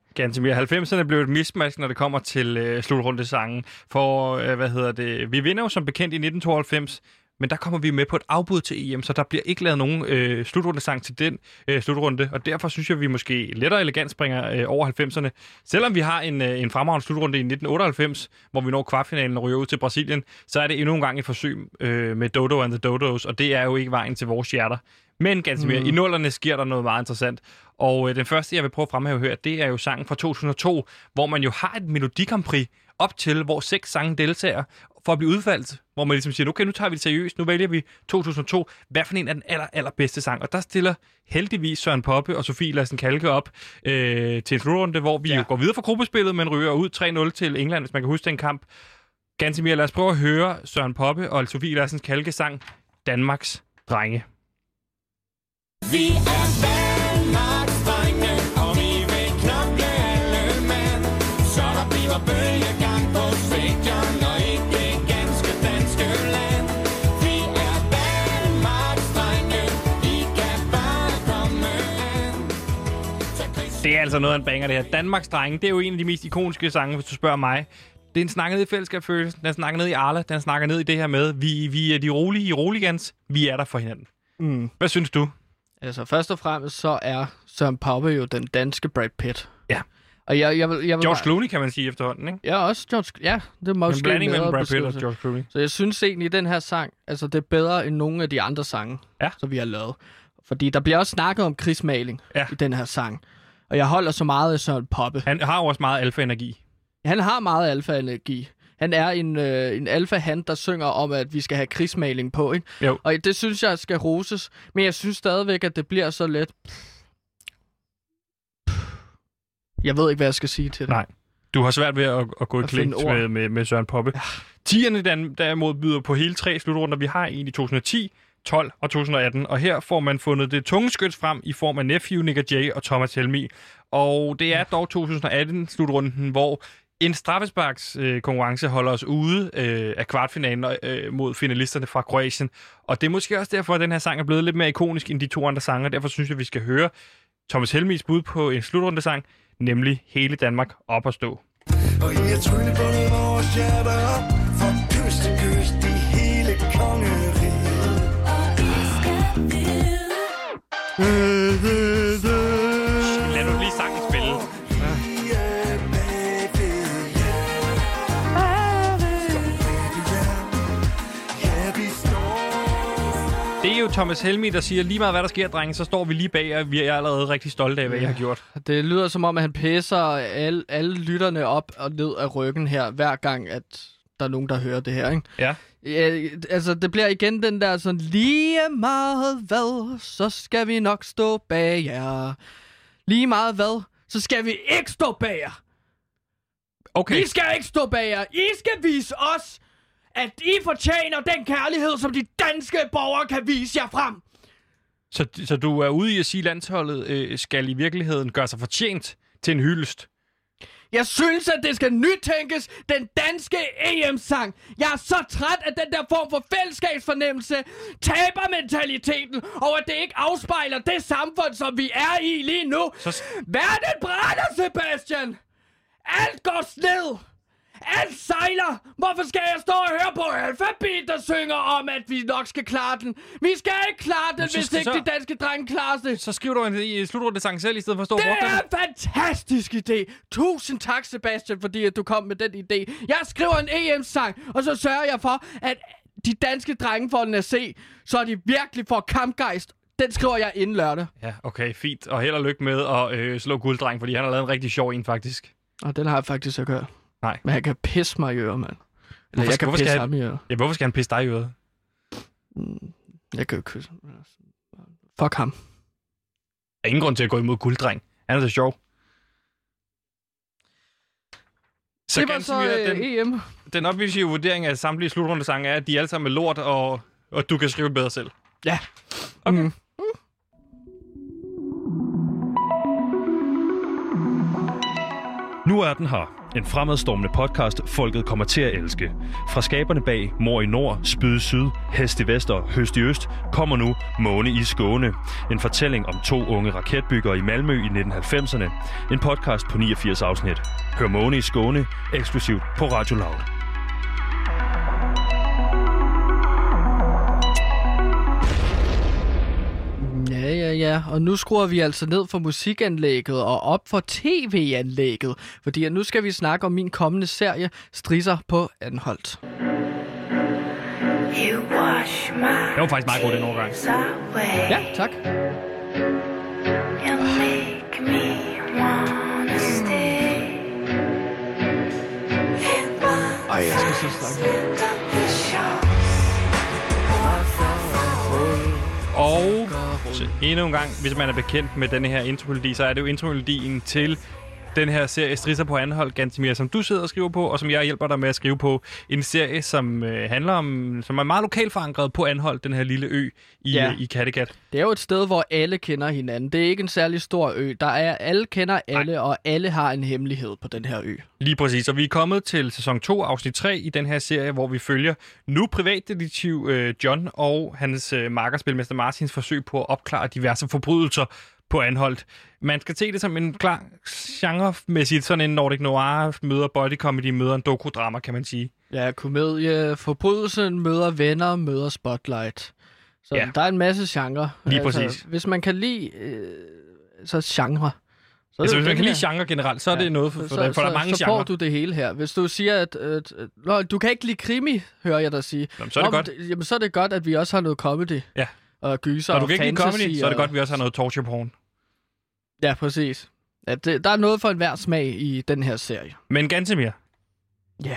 Ganske halvfemserne blev et mismatch, når det kommer til øh, slutrundesangen. For, øh, hvad hedder det, vi vinder jo som bekendt i nitten tooghalvfems, men der kommer vi med på et afbud til E M, så der bliver ikke lavet nogen øh, slutrundesang til den øh, slutrunde, og derfor synes jeg, at vi måske lettere elegant springer øh, over halvfemserne. Selvom vi har en, øh, en fremragende slutrunde i nitten otteoghalvfems, hvor vi når kvartfinalen og ryger ud til Brasilien, så er det endnu en gang et forsøg øh, med Dodo and the Dodos, og det er jo ikke vejen til vores hjerter. Men ganske mere, mm. i nullerne sker der noget meget interessant. Og øh, den første, jeg vil prøve at fremhæve her, det er jo sangen fra to tusind og to, hvor man jo har et Melodi Grand Prix op til, hvor seks sange deltager for at blive udvalgt. Hvor man ligesom siger, okay, nu tager vi det seriøst, nu vælger vi to tusind og to. Hvad for en er den aller, allerbedste sang? Og der stiller heldigvis Søren Poppe og Sofie Lassen Kalke op øh, til en slutrunde, hvor vi ja. jo går videre fra gruppespillet, men ryger ud tre nul til England, hvis man kan huske den kamp. Ganske mere, lad os prøve at høre Søren Poppe og Sofie Lassen Kalke sang Danmarks Drenge.
Vi er Danmarks drenge, og vi vil knokle alle mand, så der bliver bølgegang på stadion og ikke ganske danske land. Vi er Danmarks drenge, I kan bare komme an.
Det er altså noget af en banger, det her. Danmarks Drenge, det er jo en af de mest ikoniske sange, hvis du spørger mig. Det er en snakker ned i fællesskabsfølelsen, den snakker ned i Arla, den snakker ned i det her med, vi, vi er de rolige i roligans, vi er der for hinanden. Mm. Hvad synes du?
Altså, først og fremmest så er Søren Poppe jo den danske Brad Pitt.
Ja.
Og jeg, jeg vil, jeg vil
George
bare...
Clooney, kan man sige efterhånden, ikke?
Ja, også George... Ja, det er måske
en blanding mellem Brad Pitt og George Clooney.
Så jeg synes egentlig, at den her sang, altså det er bedre end nogle af de andre sange,
ja.
som vi har lavet. Fordi der bliver også snakket om krigsmaling
ja.
i den her sang. Og jeg holder så meget af Søren Poppe.
Han har også meget alfa-energi.
Han har meget alfa-energi. Han er en, øh, en alfa-hand, der synger om, at vi skal have krigsmaling på, ikke?
Jo.
Og det synes jeg skal roses. Men jeg synes stadigvæk, at det bliver så let. Jeg ved ikke, hvad jeg skal sige til det.
Nej. Du har svært ved at, at gå i klink med, med, med Søren Poppe. Ja. Tierne derimod byder på hele tre slutrunder. Vi har en i to tusind og ti, tolv og to tusind og atten. Og her får man fundet det tunge skyts frem i form af Nephew, Nick og Jay og Thomas Helmig. Og det er dog to tusind og atten-slutrunden, hvor en straffesparks øh, konkurrence holder os ude øh, af kvartfinalen øh, mod finalisterne fra Kroatien. Og det er måske også derfor, at den her sang er blevet lidt mere ikonisk end de to andre sange. Derfor synes jeg, at vi skal høre Thomas Helmigs bud på en slutrundesang, nemlig Hele Danmark op at stå.
Og I er tryllebundet vores hjerter op, fra kyst til kyst i hele kongeriget. Og I skal vide.
Lad nu lige sangen spille. Det er jo Thomas Helmig, der siger, lige meget hvad der sker, drenge, så står vi lige bag, og vi er allerede rigtig stolte af, hvad ja. jeg har gjort.
Det lyder som om, at han pisser alle, alle lytterne op og ned af ryggen her, hver gang, at der er nogen, der hører det her, ikke?
Ja.
Ja, altså, det bliver igen den der sådan, lige meget hvad, så skal vi nok stå bag jer. Lige meget hvad, så skal vi ikke stå bag jer.
Okay.
Vi skal ikke stå bag jer. I skal vise os, at I fortjener den kærlighed, som de danske borgere kan vise jer frem.
Så, så du er ude i at sige, at landsholdet øh, skal i virkeligheden gøre sig fortjent til en hyldest?
Jeg synes, at det skal nytænkes, den danske E M-sang. Jeg er så træt af den der form for fællesskabsfornemmelse, tabermentaliteten, og at det ikke afspejler det samfund, som vi er i lige nu. Så... Verden brænder, Sebastian! Alt går sned! Alt sejler! Hvorfor skal jeg stå og høre på Alphabet, der synger om, at vi nok skal klare den? Vi skal ikke klare den, hvis ikke så... de danske drenge klarer det.
Så skriver du en i slutrundesang selv, i stedet for at stå og
Det er en fantastisk idé! Tusind tak, Sebastian, fordi at du kom med den idé. Jeg skriver en E M-sang, og så sørger jeg for, at de danske drenge får den at se, så de virkelig får kampgejst. Den skriver jeg inden lørdag.
Ja, okay, fint. Og held og lykke med at øh, slå Gulddreng, fordi han har lavet en rigtig sjov en, faktisk.
Og den har jeg faktisk ikke hørt.
Nej.
Men han kan pisse mig i øret, mand. Eller
hvorfor,
jeg kan
pisse
han, ham i øret.
Ja, hvorfor skal han pisse dig i øret?
Mm, jeg kan jo kysse. Fuck ham.
Der er ingen grund til at gå imod Gulddreng. Han er så sjov.
Så det var så øh, den, E M.
Den objektive vurdering af samtlige slutrundesange er, at de alle sammen er lort, og, og du kan skrive bedre selv.
Ja.
Okay.
Mm.
Nu er den her. En fremadstormende podcast, folket kommer til at elske. Fra skaberne bag Mor i Nord, Spyd i Syd, Hest i Vest og Høst i Øst, kommer nu Måne i Skåne. En fortælling om to unge raketbyggere i Malmø i nitten halvfemserne. En podcast på niogfirs afsnit. Hør Måne i Skåne eksklusivt på Radio Loud.
Ja, ja, ja. Og nu skruer vi altså ned for musikanlægget og op for tv-anlægget. Fordi nu skal vi snakke om min kommende serie, Strisser på Anholt.
Det var faktisk meget god den overgang.
Ja, tak. Ej, jeg skal så snakke.
Og så endnu en gang, hvis man er bekendt med denne her intromelodi, så er det jo intromelodien til den her serie Strisser på Anholt, Gantemir, som du sidder og skriver på, og som jeg hjælper dig med at skrive på. En serie, som øh, handler om, som er meget lokalt forankret på Anholt, den her lille ø i, ja. i Kattegat.
Det er jo et sted, hvor alle kender hinanden. Det er ikke en særlig stor ø. Der er, alle kender alle, Nej. og alle har en hemmelighed på den her ø.
Lige præcis, og vi er kommet til sæson to, afsnit tre i den her serie, hvor vi følger nu privatdetektiv øh, John og hans øh, markerspilmester Martins forsøg på at opklare diverse forbrydelser på Anholt. Man skal se det som en klar genremæssigt, sådan en Nordic Noir møder body comedy, møder en dokudrama, kan man sige. Ja,
komedie, forbrydelsen møder venner, møder spotlight. Så ja. Der er en masse genre.
Lige
altså,
præcis.
Hvis man kan lide øh, så genre. Så
altså, hvis man kan lide genre generelt, så er ja. det noget for, for,
så,
for, for
så,
der er mange
så
genre.
får du det hele her. Hvis du siger, at øh, øh, du kan ikke lide krimi, hører jeg dig sige.
Jamen, så er det
Nå,
godt.
Jamen, så er det godt, at vi også har noget comedy.
Ja.
Og gyser
og du
og
kan ikke lide comedy, så er det
og...
godt, at vi også har noget torture porn.
Ja, præcis. Ja, det, der er noget for enhver smag i den her serie.
Men Gantemir.
Ja.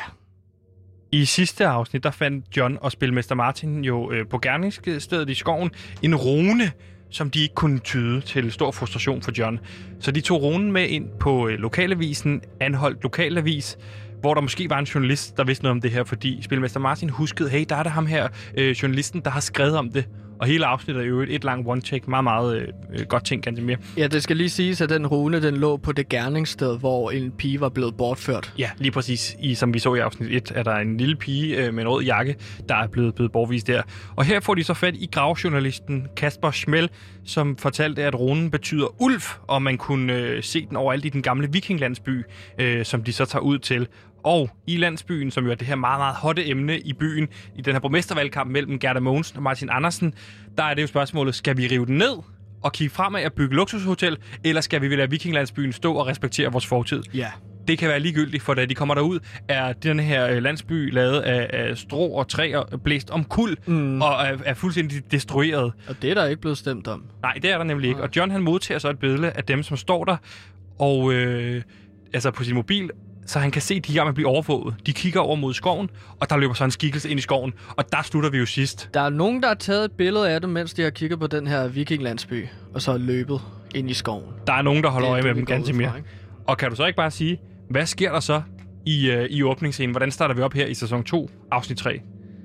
I sidste afsnit, der fandt John og spilmester Martin jo øh, på gerningsstedet i skoven en rune, som de ikke kunne tyde, til stor frustration for John. Så de tog runen med ind på øh, lokalavisen, Anholt Lokalavis, hvor der måske var en journalist, der vidste noget om det her, fordi spilmester Martin huskede, hey, der er der ham her, øh, journalisten, der har skrevet om det. Og hele afsnittet er jo et, et langt one-take. Meget, meget øh, godt ting, Gantemir.
Ja, det skal lige siges, at den rune, den lå på det gerningssted, hvor en pige var blevet bortført.
Ja, lige præcis. I, som vi så i afsnit et, er der en lille pige øh, med en rød jakke, der er blevet, blevet bortvist der. Og her får de så fat i gravjournalisten Kasper Schmel, som fortalte, at runen betyder ulv, og man kunne øh, se den overalt i den gamle vikinglandsby, øh, som de så tager ud til. Og i landsbyen, som jo er det her meget, meget hotte emne i byen, i den her borgmestervalgkamp mellem Gerda Mogensen og Martin Andersen, der er det jo spørgsmålet, skal vi rive den ned og kigge fremad og bygge luksushotel, eller skal vi lade vikinglandsbyen stå og respektere vores fortid?
Ja.
Det kan være ligegyldigt, for da de kommer derud, er den her landsby lavet af, af strå og træer blæst om kul, mm. og er, er fuldstændig destrueret.
Og det er der ikke blevet stemt om.
Nej, det er der nemlig ikke. Og John, han modtager så et billede af dem, som står der, og øh, altså på sin mobil, så han kan se, at de er med at blive overvåget. De kigger over mod skoven, og der løber så en skikkelse ind i skoven. Og der slutter vi jo sidst.
Der er nogen, der har taget et billede af dem, mens de har kigget på den her vikinglandsby, og så er løbet ind i skoven.
Der er nogen, der holder øje med dem, Gantemir. Og kan du så ikke bare sige, hvad sker der så i, uh, i åbningsscenen? Hvordan starter vi op her i sæson to, afsnit tre?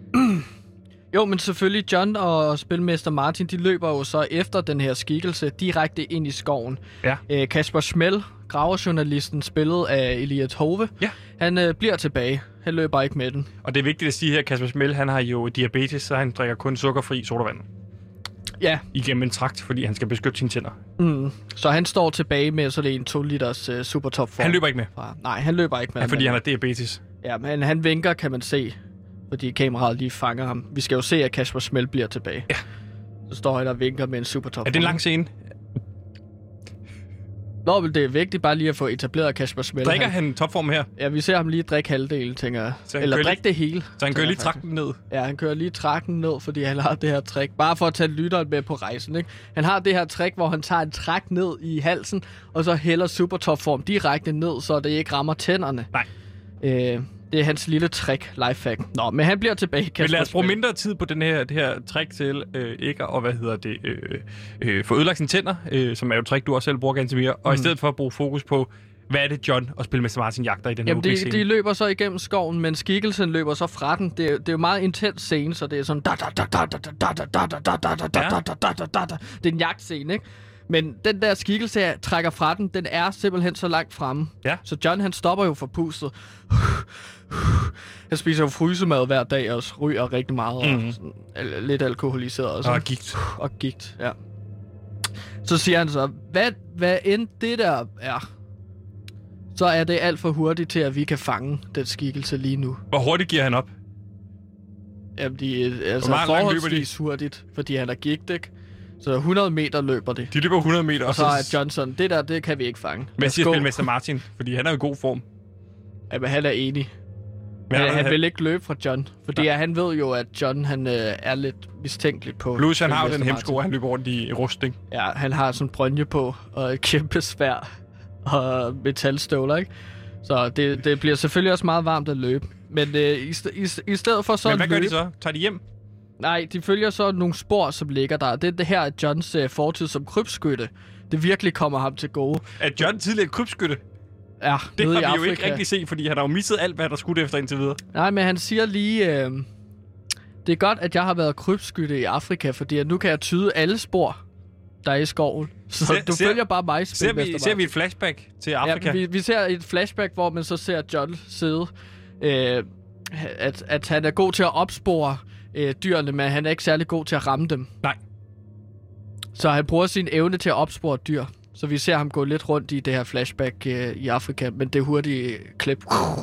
Jo, men selvfølgelig John og spilmester Martin, de løber jo så efter den her skikkelse direkte ind i skoven.
Ja.
Æ, Kasper Schmel, gravejournalisten, spillet af Elias Hove,
ja.
han øh, bliver tilbage. Han løber ikke med den.
Og det er vigtigt at sige her, Kasper Schmel, han har jo diabetes, så han drikker kun sukkerfri sodavand.
Ja.
Igennem en trakt, fordi han skal beskytte sine tænder.
Mm. Så han står tilbage med sådan en to liters uh, supertopform.
Han løber ikke med?
Fra... Nej, han løber ikke med.
Ja, fordi han har diabetes.
Ja, men han vinker, kan man se, fordi kameraet lige fanger ham. Vi skal jo se, at Kasper Schmel bliver tilbage.
Ja.
Så står han og vinker med en supertopform.
Er det en lang scene?
Nå, men det er vigtigt bare lige at få etableret Kasper Schmel.
Drikker han, han topform her?
Ja, vi ser ham lige drikke halvdelen, tænker jeg. Eller drikke det hele.
Så han kører lige trakten ned?
Ja, han kører lige trakten ned, fordi han har det her trick. Bare for at tage lytteren med på rejsen, ikke? Han har det her trick, hvor han tager en træk ned i halsen, og så hælder supertopform direkte ned, så det ikke rammer tænderne.
Nej.
Øh, det er hans lille trick, lifehack. Nå, men han bliver tilbage, Kasper.
Men lad os bruge mindre tid på den her, det her trick til øh, ikke at, hvad hedder det, øh, øh, få ødelagt sine tænder, øh, som er jo et trick, du også selv bruger ganske mere, og mm. i stedet for at bruge fokus på, hvad er det John og spilmester Martin jagter i den
Jamen,
her
de, de løber så igennem skoven, men skikkelsen løber så fra den. Det er, det er jo meget intens scene, så det er sådan... Det er en jagtscene, ikke? Men den der skikkelse, jeg trækker fra den, den er simpelthen så langt fremme.
Ja.
Så John, han stopper jo for pustet. Han spiser jo frysemad hver dag og ryger rigtig meget. Mm-hmm. Og sådan, al- lidt alkoholiseret. Og,
og gigt.
Og gigt, ja. Så siger han så, hvad, hvad end det der er, så er det alt for hurtigt til, at vi kan fange den skikkelse lige nu.
Hvor hurtigt giver han op?
Jamen, de er altså
meget langt løber
forholdsvis hurtigt, fordi han er gigt, ikke? Så hundrede meter løber de.
De løber hundrede meter.
Og så er Johnson, det der, det kan vi ikke fange.
Hvad siger spilmester Martin? Fordi han er i god form.
Jamen, han er enig. Men han, han vil ikke løbe fra John, fordi ja. han ved jo, at John han, øh, er lidt mistænkelig på...
Plus, han har jo den hemsko, han løber rundt i rustning.
Ja, han har sådan en brønje på, og et kæmpe sværd, og metalstøvler, ikke? Så det, det bliver selvfølgelig også meget varmt at løbe. Men øh, i, i, i stedet for så
Men hvad
løbe,
gør de så? Tager de hjem?
Nej, de følger så nogle spor, som ligger der. Det er det her, at Johns øh, fortid som krybskytte, det virkelig kommer ham til gode.
At John tidligere krybskytte?
Ja,
det har vi
Afrika.
jo ikke rigtig set, fordi han har jo misset alt, hvad der skulle efter indtil videre.
Nej, men han siger lige, øh, det er godt, at jeg har været krybskytte i Afrika, fordi nu kan jeg tyde alle spor, der er i skoven. Så ser, du ser, følger bare mig.
Ser vi, ser vi et flashback til Afrika?
Ja, vi, vi ser et flashback, hvor man så ser John sidde, øh, at, at han er god til at opspore øh, dyrene, men han er ikke særlig god til at ramme dem.
Nej.
Så han bruger sin evne til at opspore dyr. Så vi ser ham gå lidt rundt i det her flashback øh, i Afrika, men det er hurtigt klip.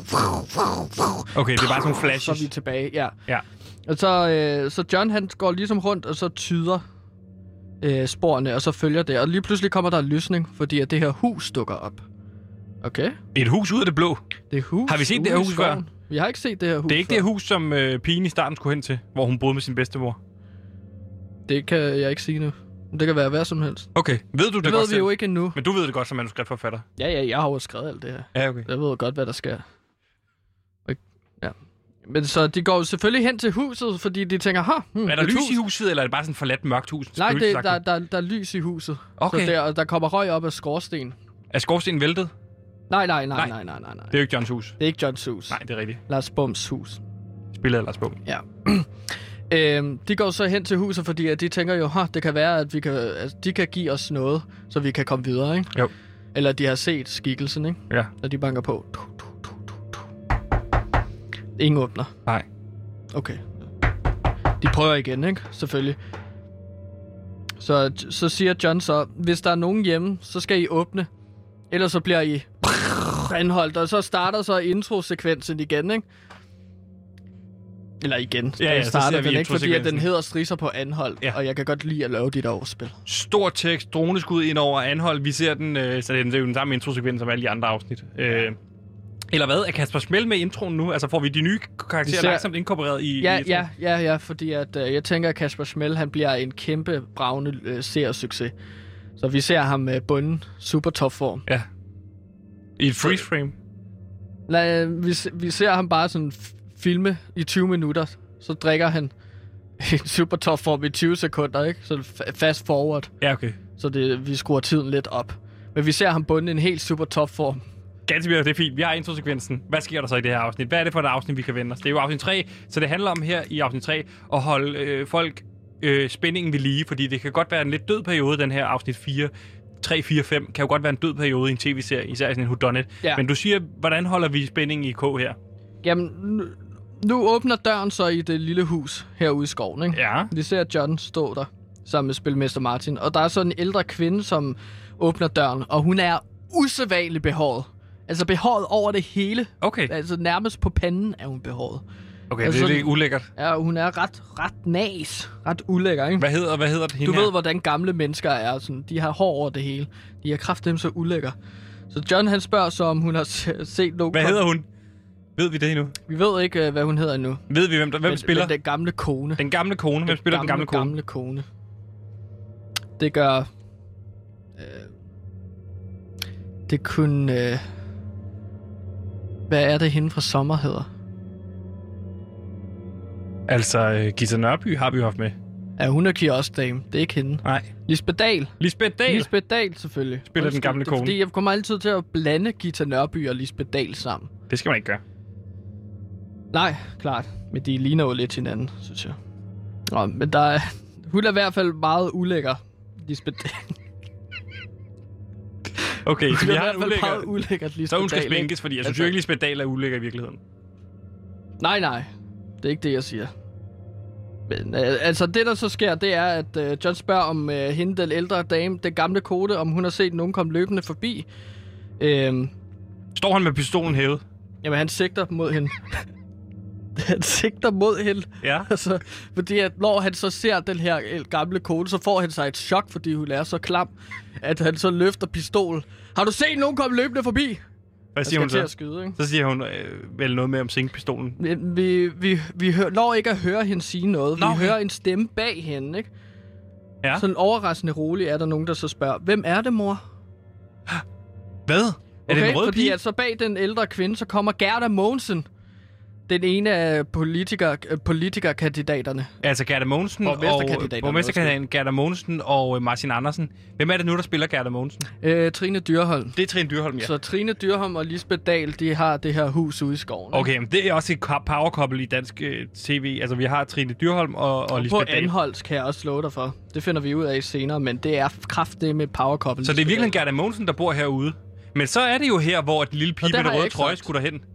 Okay, det er bare sådan nogle flashes.
Så er vi tilbage, ja.
Ja.
Og så, øh, så John, han går ligesom rundt, og så tyder øh, sporene, og så følger det. Og lige pludselig kommer der en lysning, fordi at det her hus dukker op. Okay.
Et hus ud af det blå?
Det er hus.
Har vi set det her hus før?
Vi har ikke set det her hus
Det er ikke
før.
det hus, som øh, pigen i starten skulle hen til, hvor hun boede med sin bedstemor?
Det kan jeg ikke sige nu. Det kan være hvad som helst.
Okay, ved du det,
det
godt
ved
selv?
vi jo ikke endnu.
Men du ved det godt som manuskriptforfatter?
Ja, ja, jeg har jo skrevet alt det her.
Ja, okay.
Jeg ved godt, hvad der sker. Ja. Men så de går jo selvfølgelig hen til huset, fordi de tænker, ha, hmm,
er der lys
hus.
i huset, eller er det bare sådan et forladt mørkt hus?
Nej, det, der, der, der er lys i huset.
Okay.
Så der, der kommer røg op af skorsten.
Er skorstenen væltet?
Nej, nej, nej, nej, nej, nej, nej.
Det er jo ikke Johns hus.
Det er ikke Johns hus.
Nej, det er rigtigt.
Lars Bums hus.
Spillet af Lars Bum.
Ja. øhm, de går så hen til huset, fordi at de tænker jo, det kan være, at vi kan, altså, de kan give os noget, så vi kan komme videre, ikke?
Jo.
Eller de har set skikkelsen, ikke?
Ja.
Og de banker på. Tu, tu, tu, tu, tu. Ingen åbner.
Nej.
Okay. De prøver igen, ikke? Selvfølgelig. Så, så siger John så, hvis der er nogen hjemme, så skal I åbne. Ellers så bliver I anholdt, og så starter så introsekvensen igen, ikke? Eller igen.
Ja, ja,
den starter den ikke, fordi at den
introsekvensen.
hedder Strisser på anhold,
Ja.
og jeg kan godt lide at lave de der overspil.
Stor tekst, droneskud ind over anhold. Vi ser den, øh, så det er jo den samme introsekvens som alle de andre afsnit. Øh, eller hvad? Er Kasper Schmel med i introen nu? Altså får vi de nye karakterer
ser-
langsomt inkorporeret i
Ja,
i
ja, ja, ja, fordi at, øh, jeg tænker, at Kasper Schmel, han bliver en kæmpe bravende øh, seersucces. Så vi ser ham med bunden, super topform.
Ja. I et freeze frame.
Nej, øh, vi, se- vi ser ham bare sådan f- filme i tyve minutter, så drikker han en super topform i tyve sekunder, ikke? Så f- fast forward,
Ja, okay.
så det, vi skruer tiden lidt op. Men vi ser ham bunde en helt super topform.
Ganske det er fint. Vi har introsekvensen. Hvad sker der så i det her afsnit? Hvad er det for et afsnit, vi kan vende os? Det er jo afsnit tre, så det handler om her i afsnit tre at holde øh, folk øh, spændingen ved lige, fordi det kan godt være en lidt død periode, den her afsnit fire. tre, fire, fem kan jo godt være en død periode i en tv-serie, især i sådan en whodunit.
Ja.
Men du siger, hvordan holder vi spændingen i K her?
Jamen, nu, nu åbner døren så i det lille hus herude i skoven, ikke?
Ja.
Vi ser John stå der sammen med spilmester Martin, og der er så en ældre kvinde, som åbner døren, og hun er usædvanligt behåret. Altså behåret over det hele.
Okay.
Altså nærmest på panden er hun behåret.
Okay,
Altså
det er
sådan-
lidt ulækkert.
Ja, hun er ret, ret nas. Ret ulækker, ikke?
Hvad hedder, hvad hedder det hende
Du
her?
ved, hvordan gamle mennesker er. Sådan, de har hår over det hele. De er kraftedeme så ulækker. Så John, han spørger så, om hun har se- set nogen...
Hvad hedder hun? Ved vi det endnu?
Vi ved ikke, øh, hvad hun hedder endnu.
Ved vi, hvem, der, hvem
men,
spiller?
Men den gamle kone.
Den gamle kone. Hvem spiller den gamle kone?
gamle kone. Det gør... Øh, det kunne... Øh, hvad er det, hende fra Sommer hedder?
Altså, uh, Gita Nørby har vi jo haft med.
Ja, hun er kioskdame. Det er ikke hende.
Nej.
Lisbeth Dahl.
Lisbeth Dahl.
Lisbeth Dahl, selvfølgelig.
Spiller den gamle
det er,
kone.
Fordi jeg kommer altid til at blande Gita Nørby og Lisbeth Dahl sammen.
Det skal man ikke gøre.
Nej, klart. Men de ligner jo lidt hinanden, synes jeg. Nå, men der er... Hun er i hvert fald meget ulækker, Lisbeth Dahl.
Okay, så vi har en
ulækker.
ulækker.
ulækkert Lisbeth
Så hun skal
Dahl,
sminkes, fordi jeg synes
altså,
jo ikke, Lisbeth Dahl er ulækker i virkeligheden.
Nej, nej. Det er ikke det, jeg siger. Men øh, altså, det der så sker, det er, at øh, John spørger om øh, hende, den ældre dame, den gamle kode, om hun har set nogen komme løbende forbi. Øhm,
Står han med pistolen hævet?
jamen, han sigter mod hende. Han sigter mod hende.
Ja.
Altså, fordi at når han så ser den her gamle kone, så får han sig et chok, fordi hun er så klam, at han så løfter pistolen. Har du set nogen komme løbende forbi?
Hvad siger hun
til
så?
at skyde, ikke?
Så siger hun øh, vel noget med om sinkpistolen.
Vi, vi, vi, vi hører, når ikke at høre hende sige noget.
Nå,
vi
okay.
hører en stemme bag hende, ikke?
Ja.
Sådan overraskende roligt er der nogen, der så spørger, hvem er det, mor?
Hvad? Er
Okay,
det en rød
fordi
pige?
altså bag den ældre kvinde, så kommer Gerda Mogensen. Den ene af politiker, øh, politikerkandidaterne.
Altså Gerda Mogensen og
Borgmesterkandidaterne,
borgmesterkandidaten Gerda Mogensen og øh, Martin Andersen. Hvem er det nu, der spiller Gerda Mogensen?
Øh, Trine Dyrholm.
Det er Trine Dyrholm, ja.
Så Trine Dyrholm og Lisbeth Dahl, de har det her hus ude i skoven. Ikke?
Okay, men det er også et power couple i dansk øh, tv. Altså, vi har Trine Dyrholm og, og,
Og
Lisbeth
på
Dahl.
Anholds kan jeg også slå dig for. Det finder vi ud af senere, men det er kraftigt med power couple.
Så det er virkelig Gerda Mogensen, der bor herude. Men så er det jo her, hvor den lille pige
det
med
har
den
jeg
røde
ikke
trøje
sagt.
skulle derhen.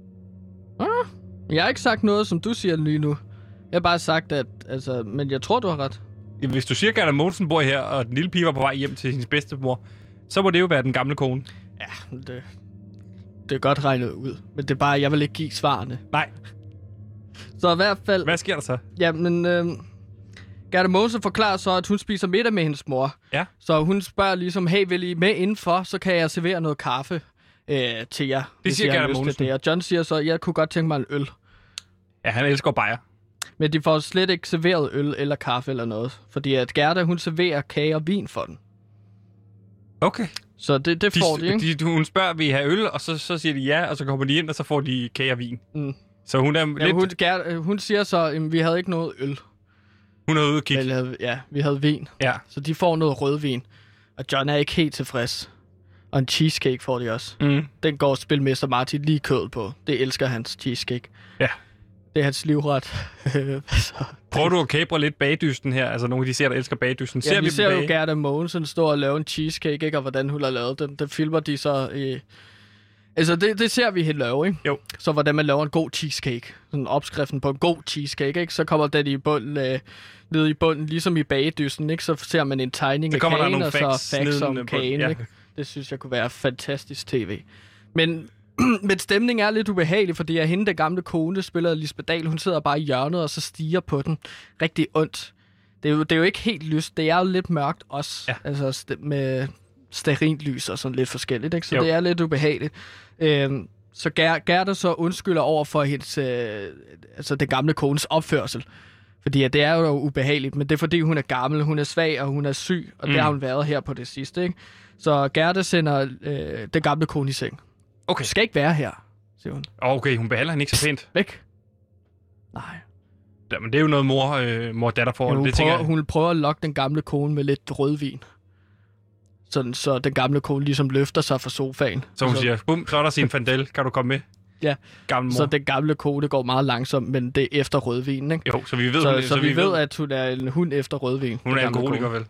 Jeg har ikke sagt noget, som du siger lige nu. Jeg har bare sagt, at... Altså, men jeg tror, du har ret.
Hvis du siger, at Gerda Mogensen bor her, og den lille pige var på vej hjem til hendes bedstemor, så må det jo være den gamle kone.
Ja, det, det er godt regnet ud. Men det er bare, jeg vil ikke give svarene.
Nej.
Så i hvert fald...
Hvad sker der så?
Jamen, øh, Gerda Mogensen forklarer så, at hun spiser middag med hendes mor.
Ja.
Så hun spørger ligesom, hey, vil I med indenfor, så kan jeg servere noget kaffe øh, til jer.
Det siger Gerda Mogensen.
Det. Og John siger så, jeg kunne godt tænke mig en øl.
Ja, han elsker bajer.
Men de får slet ikke serveret øl eller kaffe eller noget. Fordi at Gerda, hun serverer kage og vin for den.
Okay.
Så det, det
De,
får de, ikke?
de, hun spørger, vil I have øl? Og så, så siger de ja, og så kommer de ind, og så får de kage og vin.
Mm.
Så hun er
Jamen,
lidt...
hun, Gerda, hun siger så, at vi havde ikke noget øl.
Hun er ude og kigge.
Vi havde, ja, vi havde vin.
Ja.
Så de får noget rødvin. Og John er ikke helt tilfreds. Og en cheesecake får de også.
Mm.
Den går spilmester Martin lige kød på. Det elsker hans cheesecake.
Ja.
Det er hans livret. så,
Prøver du at kapre lidt bagdysten her? Altså nogle af de ser, der elsker bagdysten.
ja,
Ser
vi
vi
ser
dem
jo
bage?
Gerda Mogensen stå og lave en cheesecake, ikke? Og hvordan hun har lavet den. Den filmer de så i... Altså, det, det ser vi helt lave, ikke?
Jo.
Så hvordan man laver en god cheesecake. Sådan opskriften på en god cheesecake, ikke? Så kommer den i bunden, øh, nede i bunden, ligesom i bagedysten, ikke? Så ser man en tegning
Så
af
kommer der
kagen,
nogle
og så
facts
facts om
neden på-
kagen,
ja.
ikke? Det synes jeg kunne være fantastisk tv. Men, men stemningen er lidt ubehagelig, fordi at hende, der gamle kone, spiller Lisbeth Dahl, hun sidder bare i hjørnet og så stiger på den. Rigtig ondt. Det er jo, det er jo ikke helt lyst. Det er jo lidt mørkt også.
Ja.
Altså st- med stearinlys og sådan lidt forskelligt, ikke? Så
Jo.
det er lidt ubehageligt. Øhm, så Ger- Gerda så undskylder over for hendes, øh, altså det gamle kones opførsel. Fordi at det er jo ubehageligt, men det er fordi, hun er gammel, hun er svag og hun er syg, og mm. det har hun været her på det sidste, ikke? Så Gerda sender øh, det gamle kone i seng.
Okay.
Du skal ikke være her, siger hun.
Okay, hun behandler hende ikke så pænt.
Væk. Nej.
Jamen, det er jo noget mor, øh, mor-datter forhold.
Ja, hun,
det tænker
prøver,
jeg.
hun prøver at lokke den gamle kone med lidt rødvin. Sådan, så den gamle kone ligesom løfter sig fra sofaen.
Så hun siger, bum, så er der sin fandel. Kan du komme med?
Ja,
Gammel mor.
så den gamle kone går meget langsomt, men det er efter rødvin, ikke?
Jo, så vi ved,
Så,
hun,
så, så vi ved, at hun er en hund efter rødvin.
hun
den
er
gamle
alkoholiker,
kone.
vel?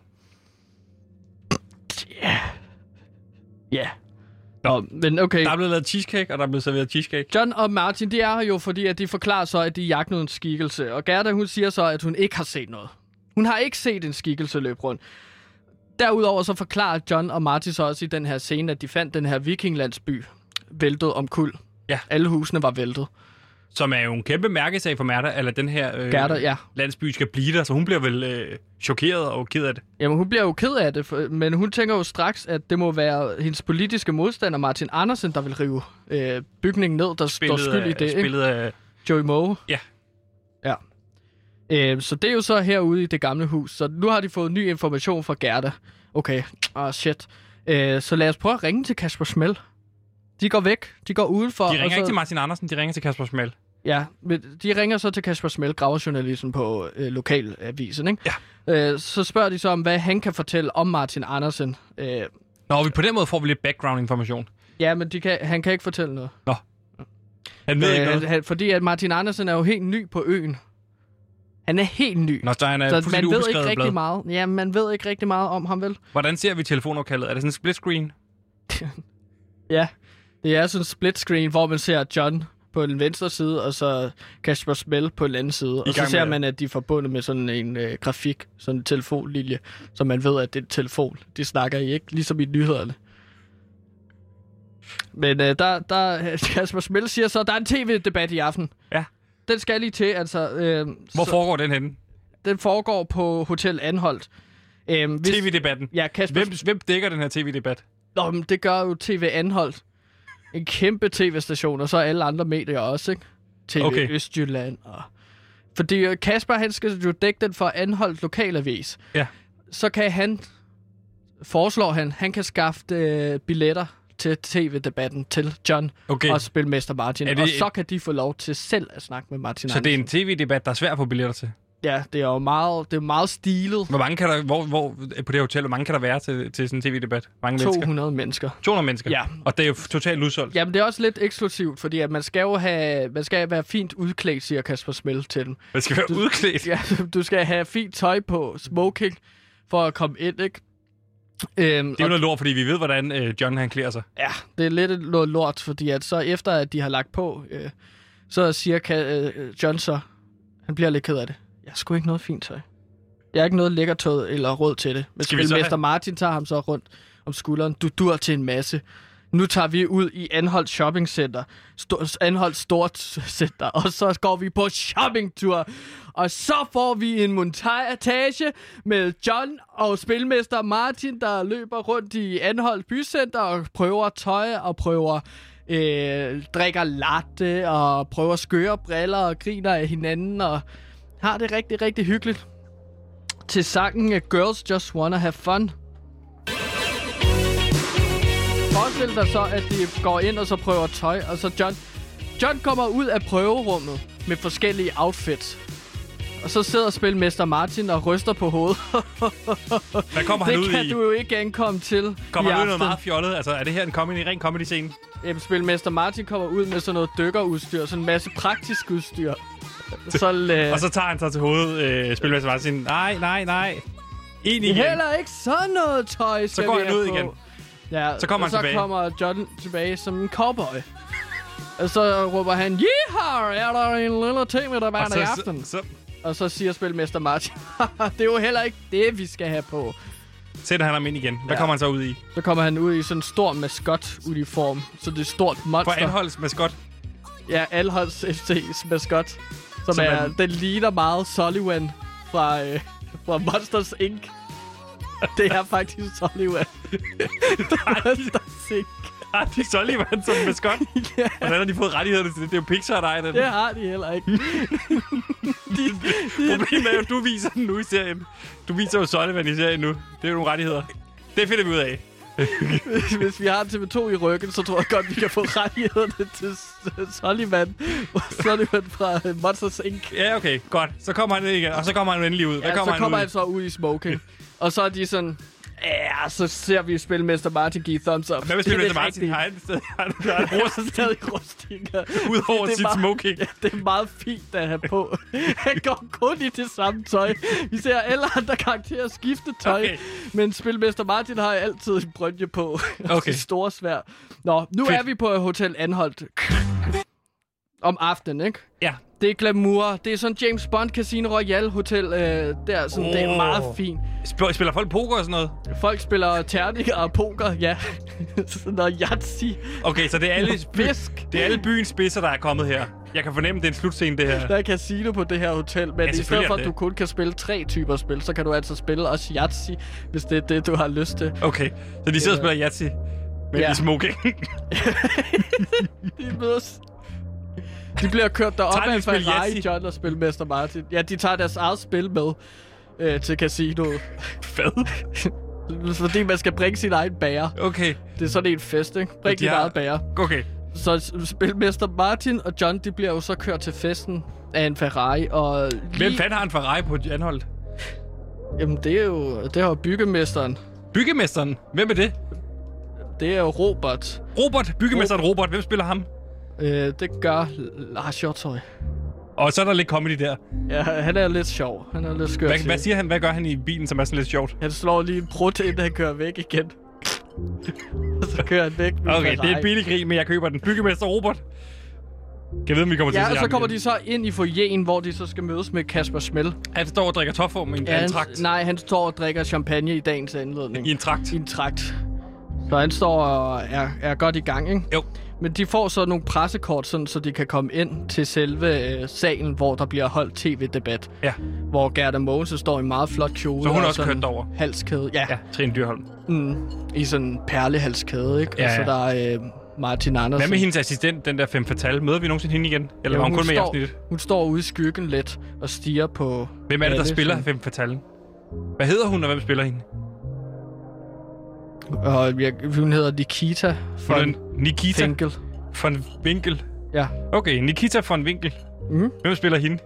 Ja. Ja. Nå, men okay.
Der er blevet lavet cheesecake, og der er blevet serveret cheesecake.
John og Martin, de er her jo, fordi at de forklarer så, at de jagter en skikkelse. Og Gerda, hun siger så, at hun ikke har set noget. Hun har ikke set en skikkelse løbe rundt. Derudover så forklarer John og Martin så også i den her scene, at de fandt den her vikinglandsby væltet omkuld.
Ja.
Alle husene var væltet.
Som er jo en kæmpe mærkesag for Mærta, eller den her øh,
Gerda, ja.
landsby skal blive der, så hun bliver vel øh, chokeret og ked af det.
Jamen, hun bliver jo ked af det, for, men hun tænker jo straks, at det må være hendes politiske modstander, Martin Andersen, der vil rive øh, bygningen ned, der
Spillet
står skyld i
af-
det, ikke?
Spillet af...
Joey Moe.
Ja.
Ja. Øh, så det er jo så herude i det gamle hus. Så nu har de fået ny information fra Gerda. Okay, ah shit. Øh, så lad os prøve at ringe til Kasper Smell. De går væk. De går udenfor.
De ringer
og så,
ikke til Martin Andersen, de ringer til Kasper Smell.
Ja, men de ringer så til Kasper Smell, gravejournalisten på øh, lokalavisen, ikke?
Ja.
Øh, så spørger de så om, hvad han kan fortælle om Martin Andersen. Øh,
Nå, vi på den måde får vi lidt background-information.
ja, men de kan, han kan ikke fortælle noget.
Nå. Han ved øh, ikke noget.
han, fordi at Martin Andersen er jo helt ny på øen. Han er helt ny.
Nå, så han er
Så man
fuldstændig
ved ikke
ubeskrevet
rigtig
blad.
meget. Ja, man ved ikke rigtig meget om ham, vel?
Hvordan ser vi telefonopkaldet? Er det sådan en split screen?
Ja, det er sådan en split screen, hvor man ser John på den venstre side, og så Kasper Smell på den anden side. Og så ser man, at de er forbundet med sådan en øh, grafik, sådan en telefonlinje, så man ved, at det er en telefon. De snakker I ikke, ligesom i nyhederne. Men øh, der, der Kasper Smell siger så, at der er en tv-debat i aften.
Ja.
Den skal lige til, altså... Øh,
Hvor
så,
foregår den henne?
Den foregår på Hotel Anholt. Øh, hvis,
T V-debatten.
Ja, Kasper...
Hvem, hvem dækker den her tv-debat?
Nå, men det gør jo T V Anholt. En kæmpe tv-station, og så alle andre medier også, ikke? T V
Okay.
Østjylland og... Fordi Kasper, han skal jo dække den for Anholt Lokalavis.
Ja.
Så kan han... Foreslår han, han kan skaffe øh, billetter til tv-debatten til John
Okay.
og spilmester Martin.
Er det-
Og så kan de få lov til selv at snakke med Martin
Så det er en
Andersen.
tv-debat, der er svær at få billetter til?
Ja, det er jo meget, det er meget stilet.
Hvor mange kan der, hvor, hvor, på det hotel, hvor mange kan der være til, til sådan en tv-debat? Mange
to
mennesker?
hundrede mennesker.
to hundrede mennesker?
Ja.
Og det er jo totalt udsolgt?
Jamen, det er også lidt eksklusivt, fordi at man skal jo have, man skal være fint udklædt, siger Kasper Smell til dem.
Man skal være udklædt?
Ja, du skal have fint tøj på, smoking, for at komme ind, ikke? Øhm,
Det er jo noget lort, fordi vi ved, hvordan øh, John han klæder sig.
Ja, det er lidt noget lort, fordi at så efter, at de har lagt på, øh, så siger Ka- øh, John så, han bliver lidt ked af det. Jeg har sgu ikke noget fint tøj. Jeg har ikke noget lækkert tøj eller råd til det. Men
Skal vi så
spilmester
have-
Martin tager ham så rundt om skulderen. Du dur til en masse. Nu tager vi ud i Anholt Shopping Center. Sto- Anholt Stort Center. Og så går vi på shoppingtur. Og så får vi en montage med John og spilmester Martin, der løber rundt i Anholt Bycenter og prøver tøj og prøver... Øh, drikker latte og prøver skøre briller og griner af hinanden og har det rigtig, rigtig hyggeligt. Til sangen Girls Just Wanna Have Fun. Forestil dig så, at de går ind og så prøver tøj, og så John... John kommer ud af prøverummet med forskellige outfits. Og så sidder spilmester Martin og ryster på hovedet.
Hvad kommer han
det
ud
kan
i?
du jo ikke ankomme til
Kommer
i
han ud i noget
aften.
meget fjollet? Altså, er det her en comedy, ren comedy-scene?
Jamen, spilmester Martin kommer ud med sådan noget dykkerudstyr, sådan en masse praktisk udstyr. Så, øh,
Og så tager han sig til hovedet, øh, spilmester Martin, siger, nej, nej, nej. Ind igen.
heller ikke sådan noget tøj, skal
går
vi
han
have
ud
på.
igen.
Ja,
Så kommer
og
han tilbage.
så kommer John tilbage som en cowboy. Og så råber han, Yeehaw, er der en lille ting med der
Og
var i
så,
aften?
så, så
Og så siger spilmester Martin, det er jo heller ikke det, vi skal have på.
sætter han ham ind igen. Hvad
Ja.
kommer han så ud i?
Så kommer han ud i sådan en stor maskot-uniform. Så det er et stort
For
monster.
Anholds maskot.
Ja, Anholds F C's maskot. Som,
Som
er,
er-
den ligner meget Sullivan fra, øh, fra Monsters Incorporated. Det er faktisk Sullivan. Monsters Incorporated.
Har de Sullivan som maskot?
Ja,
Hvordan har de fået rettighederne til det? Det er jo Pixar, der er den.
det har de heller ikke. de, de,
Problemet er jo, at du viser den nu i serien. Du viser jo Sullivan i serien nu. Det er jo nogle rettigheder. Det finder vi ud af.
Hvis vi har T V to i ryggen, så tror jeg godt, vi kan få rettighederne til S- Sullivan. Sullivan fra øh, Monsters Incorporated.
Ja, okay. Godt. Så kommer han ind igen. Og så kommer han endelig ud. Hvad
Ja,
kommer
så
han
kommer
ud
han så ud i smoking. Og så er de sådan... Ja, så ser vi spilmester Martin give thumbs up.
Hvad med
Det er
spilmester
det
Martin?
rigtige.
Har han stadig han, han
Han
rust
er stadig rustinger.
ud over
Det er
sit
meget-
smoking?
Ja, det er meget fint at have på. Han går kun i det samme tøj. Vi ser alle andre karakterer skifte tøj.
Okay.
Men spilmester Martin har altid en brynje på. Og
Okay.
sit store svær. Nå, nu
Fedt.
er vi på Hotel Anholt. Om aftenen, ikke?
Ja.
Det er glamour. Det er sådan James Bond Casino Royale Hotel. Øh, der, sådan, oh. Det er
Åh.
meget fint.
Sp- spiller folk poker og sådan noget?
Folk spiller terninger og poker, ja. Sådan noget Yahtzee.
Okay, så det er alle,
Fisk.
det er alle byens spidser, der er kommet her. Jeg kan fornemme, det er en slutscene, det her.
Der er casino på det her hotel, men
Ja,
i stedet
selvfølgelig
for,
er
at
det.
du kun kan spille tre typer spil, så kan du altså spille også Yahtzee, hvis det er det, du har lyst til.
Okay, så de sidder og spiller Yahtzee med
Ja.
ja. smoking.
De mødes. De bliver kørt derop
Tager de
af
et spil
Ferrari,
Yahtzee?
John og Spilmester Martin. Ja, de tager deres eget spil med øh, til casinoet.
Hvad?
Fordi man skal bringe sin egen bager.
Okay,
Det er sådan en fest, ikke? Bring
de
dit
har-
eget bager.
okay.
Så Spilmester Martin og John, de bliver jo så kørt til festen af en Ferrari, og lige...
Hvem fanden har en Ferrari på Anholt?
Jamen, det er jo, det er jo byggemesteren.
Byggemesteren. Hvem er det?
Det er jo Robert.
Robert. Byggemesteren Robert. Hvem spiller ham?
Øh, det gør Lars Hjortøj.
Og så er der lidt comedy der.
Ja, han er lidt sjov. Han er lidt skør
Hvad,
til.
hvad siger han? Hvad gør han i bilen, som er sådan lidt sjovt?
Han slår lige en brud, inden han kører væk igen. Og så kører han væk med
Okay, det er
Ferrari.
et billig grin, men jeg køber den. Byggemester Robert. Kan jeg vide, om vi kommer til
Ja,
at
og
se
så
ham
kommer
igen?
de så ind i foyeren, hvor de så skal mødes med Kasper Schmel.
Han står og drikker topform i en,
Ja,
en
han,
trakt.
nej, han står og drikker champagne i dagens anledning.
I en trakt.
I en trakt. Så han står og er, er godt i gang, ikke?
Jo.
Men de får så nogle pressekort, sådan, så de kan komme ind til selve øh, salen, hvor der bliver holdt tv-debat.
Ja.
Hvor Gerda Mogensen står i en meget flot kjole.
Så hun er
og
også
sådan
kørt derover?
Halskæde, ja.
Ja, Trine Dyrholm.
Mm, I sådan en perlehalskæde, ikke?
Ja,
Og så
ja.
der er øh, Martin Andersen.
Hvad med hendes assistent, den der femme fatale? Møder vi nogensinde hende igen? Eller
Jo,
var hun kun med i
står,
afsnittet?
Hun står ude i skyggen lidt og stiger på...
Hvem er det, der
alle,
spiller
sådan.
femme fatale? Hvad hedder hun, og hvem spiller hende?
Og jeg, hun hedder Nikita
Hun
von
er Nikita
Finkel.
von Winkel.
Ja.
Okay, Nikita von Winkel.
Mm.
Hvem spiller hende?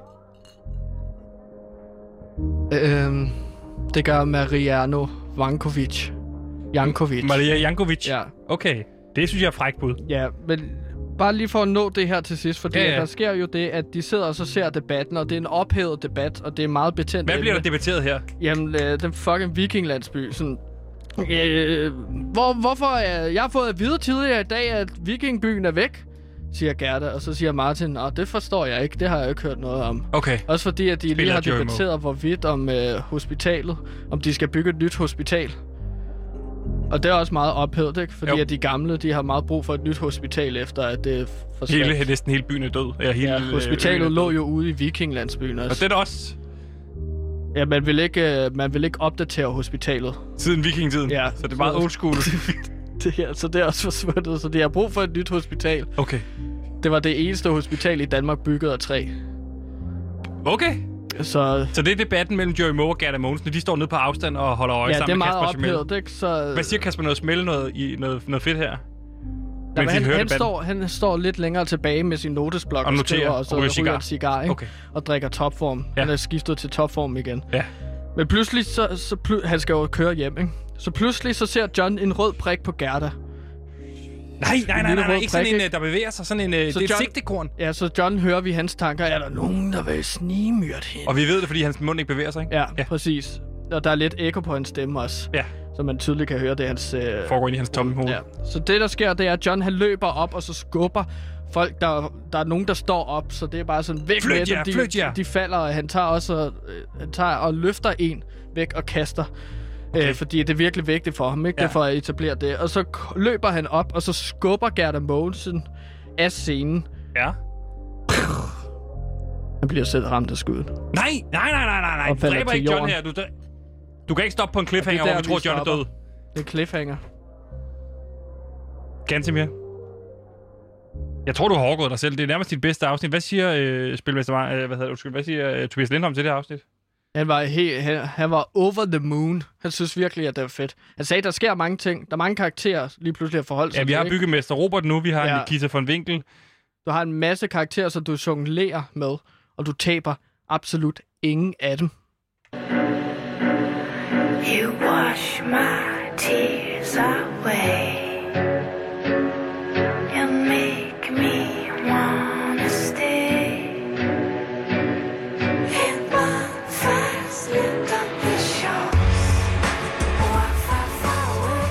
Øhm, det gør Mariano Vankovic. Jankovic.
Maria Jankovic?
Ja.
Okay, det synes jeg er fræk bud.
Ja, men bare lige for at nå det her til sidst, fordi
Ja, ja.
der sker jo det, at de sidder og så ser debatten, og det er en ophævet debat, og det er meget betændt.
Hvad bliver der
emne.
debatteret her?
Jamen, øh, den fucking vikinglandsby, sådan... Øh, hvor, hvorfor... Øh, jeg har fået at vide tidligere i dag, at vikingbyen er væk, siger Gerda, og så siger Martin, åh, det forstår jeg ikke, det har jeg ikke hørt noget om.
Okay.
Også fordi, at de
Spiller
lige har
Joey Moe.
debatteret, hvorvidt om øh, hospitalet, om de skal bygge et nyt hospital. Og det er også meget ophævet, ikke? Fordi
Jo.
at de gamle, de har meget brug for et nyt hospital, efter at det forsvandt.
Hele, næsten hele byen er død. Ja, hele,
Ja,
øh, øen
hospitalet
er
lå
død.
jo ude i vikinglandsbyen
Og
også.
det er også
Ja, man vil ikke, øh, man vil ikke opdatere hospitalet.
siden vikingtiden.
Ja,
Så det er meget
så-
old school.
Det her, så det er også forsvundet, så de har brug for et nyt hospital.
Okay.
Det var det eneste hospital i Danmark bygget af træ.
Okay.
Så
Så det er debatten mellem Joey Moe og Gerda Mogensen. De står nede på afstand og holder øje
ja, det er
sammen med
meget
Kasper Schmel.
ophævet, ikke? Så,
Hvad siger Kasper noget smelle noget, i, noget, noget fedt her?
ja,
mens
han,
I hører
han,
debatten?
står, han står lidt længere tilbage med sin notesblok
Og noterer,
skriver, og så
og ryger
ryger
cigar.
et cigar, ikke?
Okay.
Og drikker topform.
Ja.
Han er skiftet til topform igen.
Ja.
Men pludselig, så, så pl- han skal jo køre hjem, ikke? Så pludselig så ser John en rød prik på Gerda.
Nej, nej, nej,
lille
nej, nej.
rød
Ikke sådan
prik,
en,
ikke?
øh, der bevæger sig. Sådan en, øh,
Så
det er et
John-
sigtekorn.
Ja, så John hører vi hans tanker. Er der nogen, der vil snigemyrde hende?
Og vi ved det, fordi hans mund ikke bevæger sig, ikke?
Ja,
Ja.
ja, præcis. Og der er lidt ekko på hans stemme også.
Ja.
Så man tydeligt kan høre, det er hans... Øh,
Foregår ind i hans tomme hoved.
ja. Så det, der sker, det er, at John han løber op, og så skubber folk, der, der er nogen, der står op. Så det er bare sådan, væk
Flyt
med
jer,
dem.
flyt jer.
De, de falder, og han tager også øh, han tager og løfter en væk og kaster. Okay. Øh, fordi det er virkelig vigtigt for ham, ikke?
Ja.
Det for at etablere det. Og så k- løber han op, og så skubber Gerda Mogensen af scenen.
Ja.
Han bliver selv ramt af skuddet.
Nej, nej, nej, nej, nej, nej.
Og
Du
falder
dræber
til
ikke John
jorden.
her. Du, dræ... du kan ikke stoppe på en cliffhanger,
Og det
hvor
er
vi
der,
tror,
vi
John er
stopper.
død.
Det er cliffhanger.
Gantemir. Jeg tror, du har overgået dig selv. Det er nærmest dit bedste afsnit. Hvad siger øh, Spilmester Mar- øh, hvad hedder det? Undskyld, hvad siger øh, Tobias Lindholm til det her afsnit?
Han var, helt, han, han var over the moon. Han synes virkelig, at det var fedt. Han sagde, at der sker mange ting. Der er mange karakterer lige pludselig at forholde sig
Ja, vi har
til, ikke?
byggemester Robert nu. Vi har
Ja.
Nikita von Winkel.
Du har en masse karakterer, som du jonglerer med, og du taber absolut ingen af dem.
You wash my tears away. You make me wanna stay. In one fast look up the shores. Walk far, far away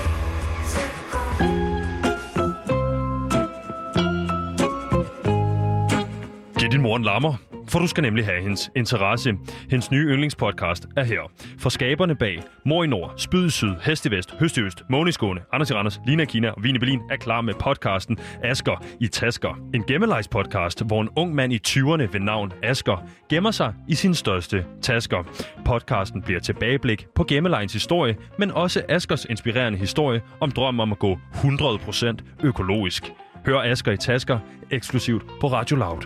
to go.
Giv din mor en lammer, for du skal nemlig have hendes interesse. Hendes nye yndlingspodcast er her. For skaberne bag Mor i Nord, Spyd i Syd, Hest i Vest, Høst i Øst, Måne i Skåne, Anders i Randers, Lina i Kina og Vine i Berlin er klar med podcasten Asger i Tasker. En gemmelejspodcast, hvor en ung mand i tyverne ved navn Asger gemmer sig i sin største tasker. Podcasten bliver tilbageblik på gemmelejens historie, men også Asgers inspirerende historie om drømmen om at gå hundrede procent økologisk. Hør Asger i Tasker eksklusivt på Radio Loud.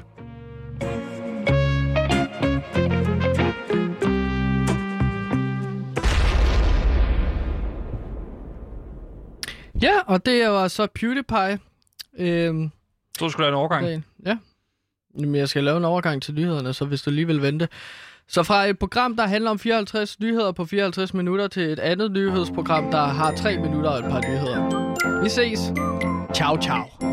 Ja, og det var så PewDiePie. Øhm,
Så du skulle lave en overgang.
dagen. Ja. Jamen, jeg skal lave en overgang til nyhederne, så hvis du lige vil vente. Så fra et program, der handler om fireoghalvtreds nyheder på fireoghalvtreds minutter, til et andet nyhedsprogram, der har tre minutter og et par nyheder. Vi ses. Ciao, ciao.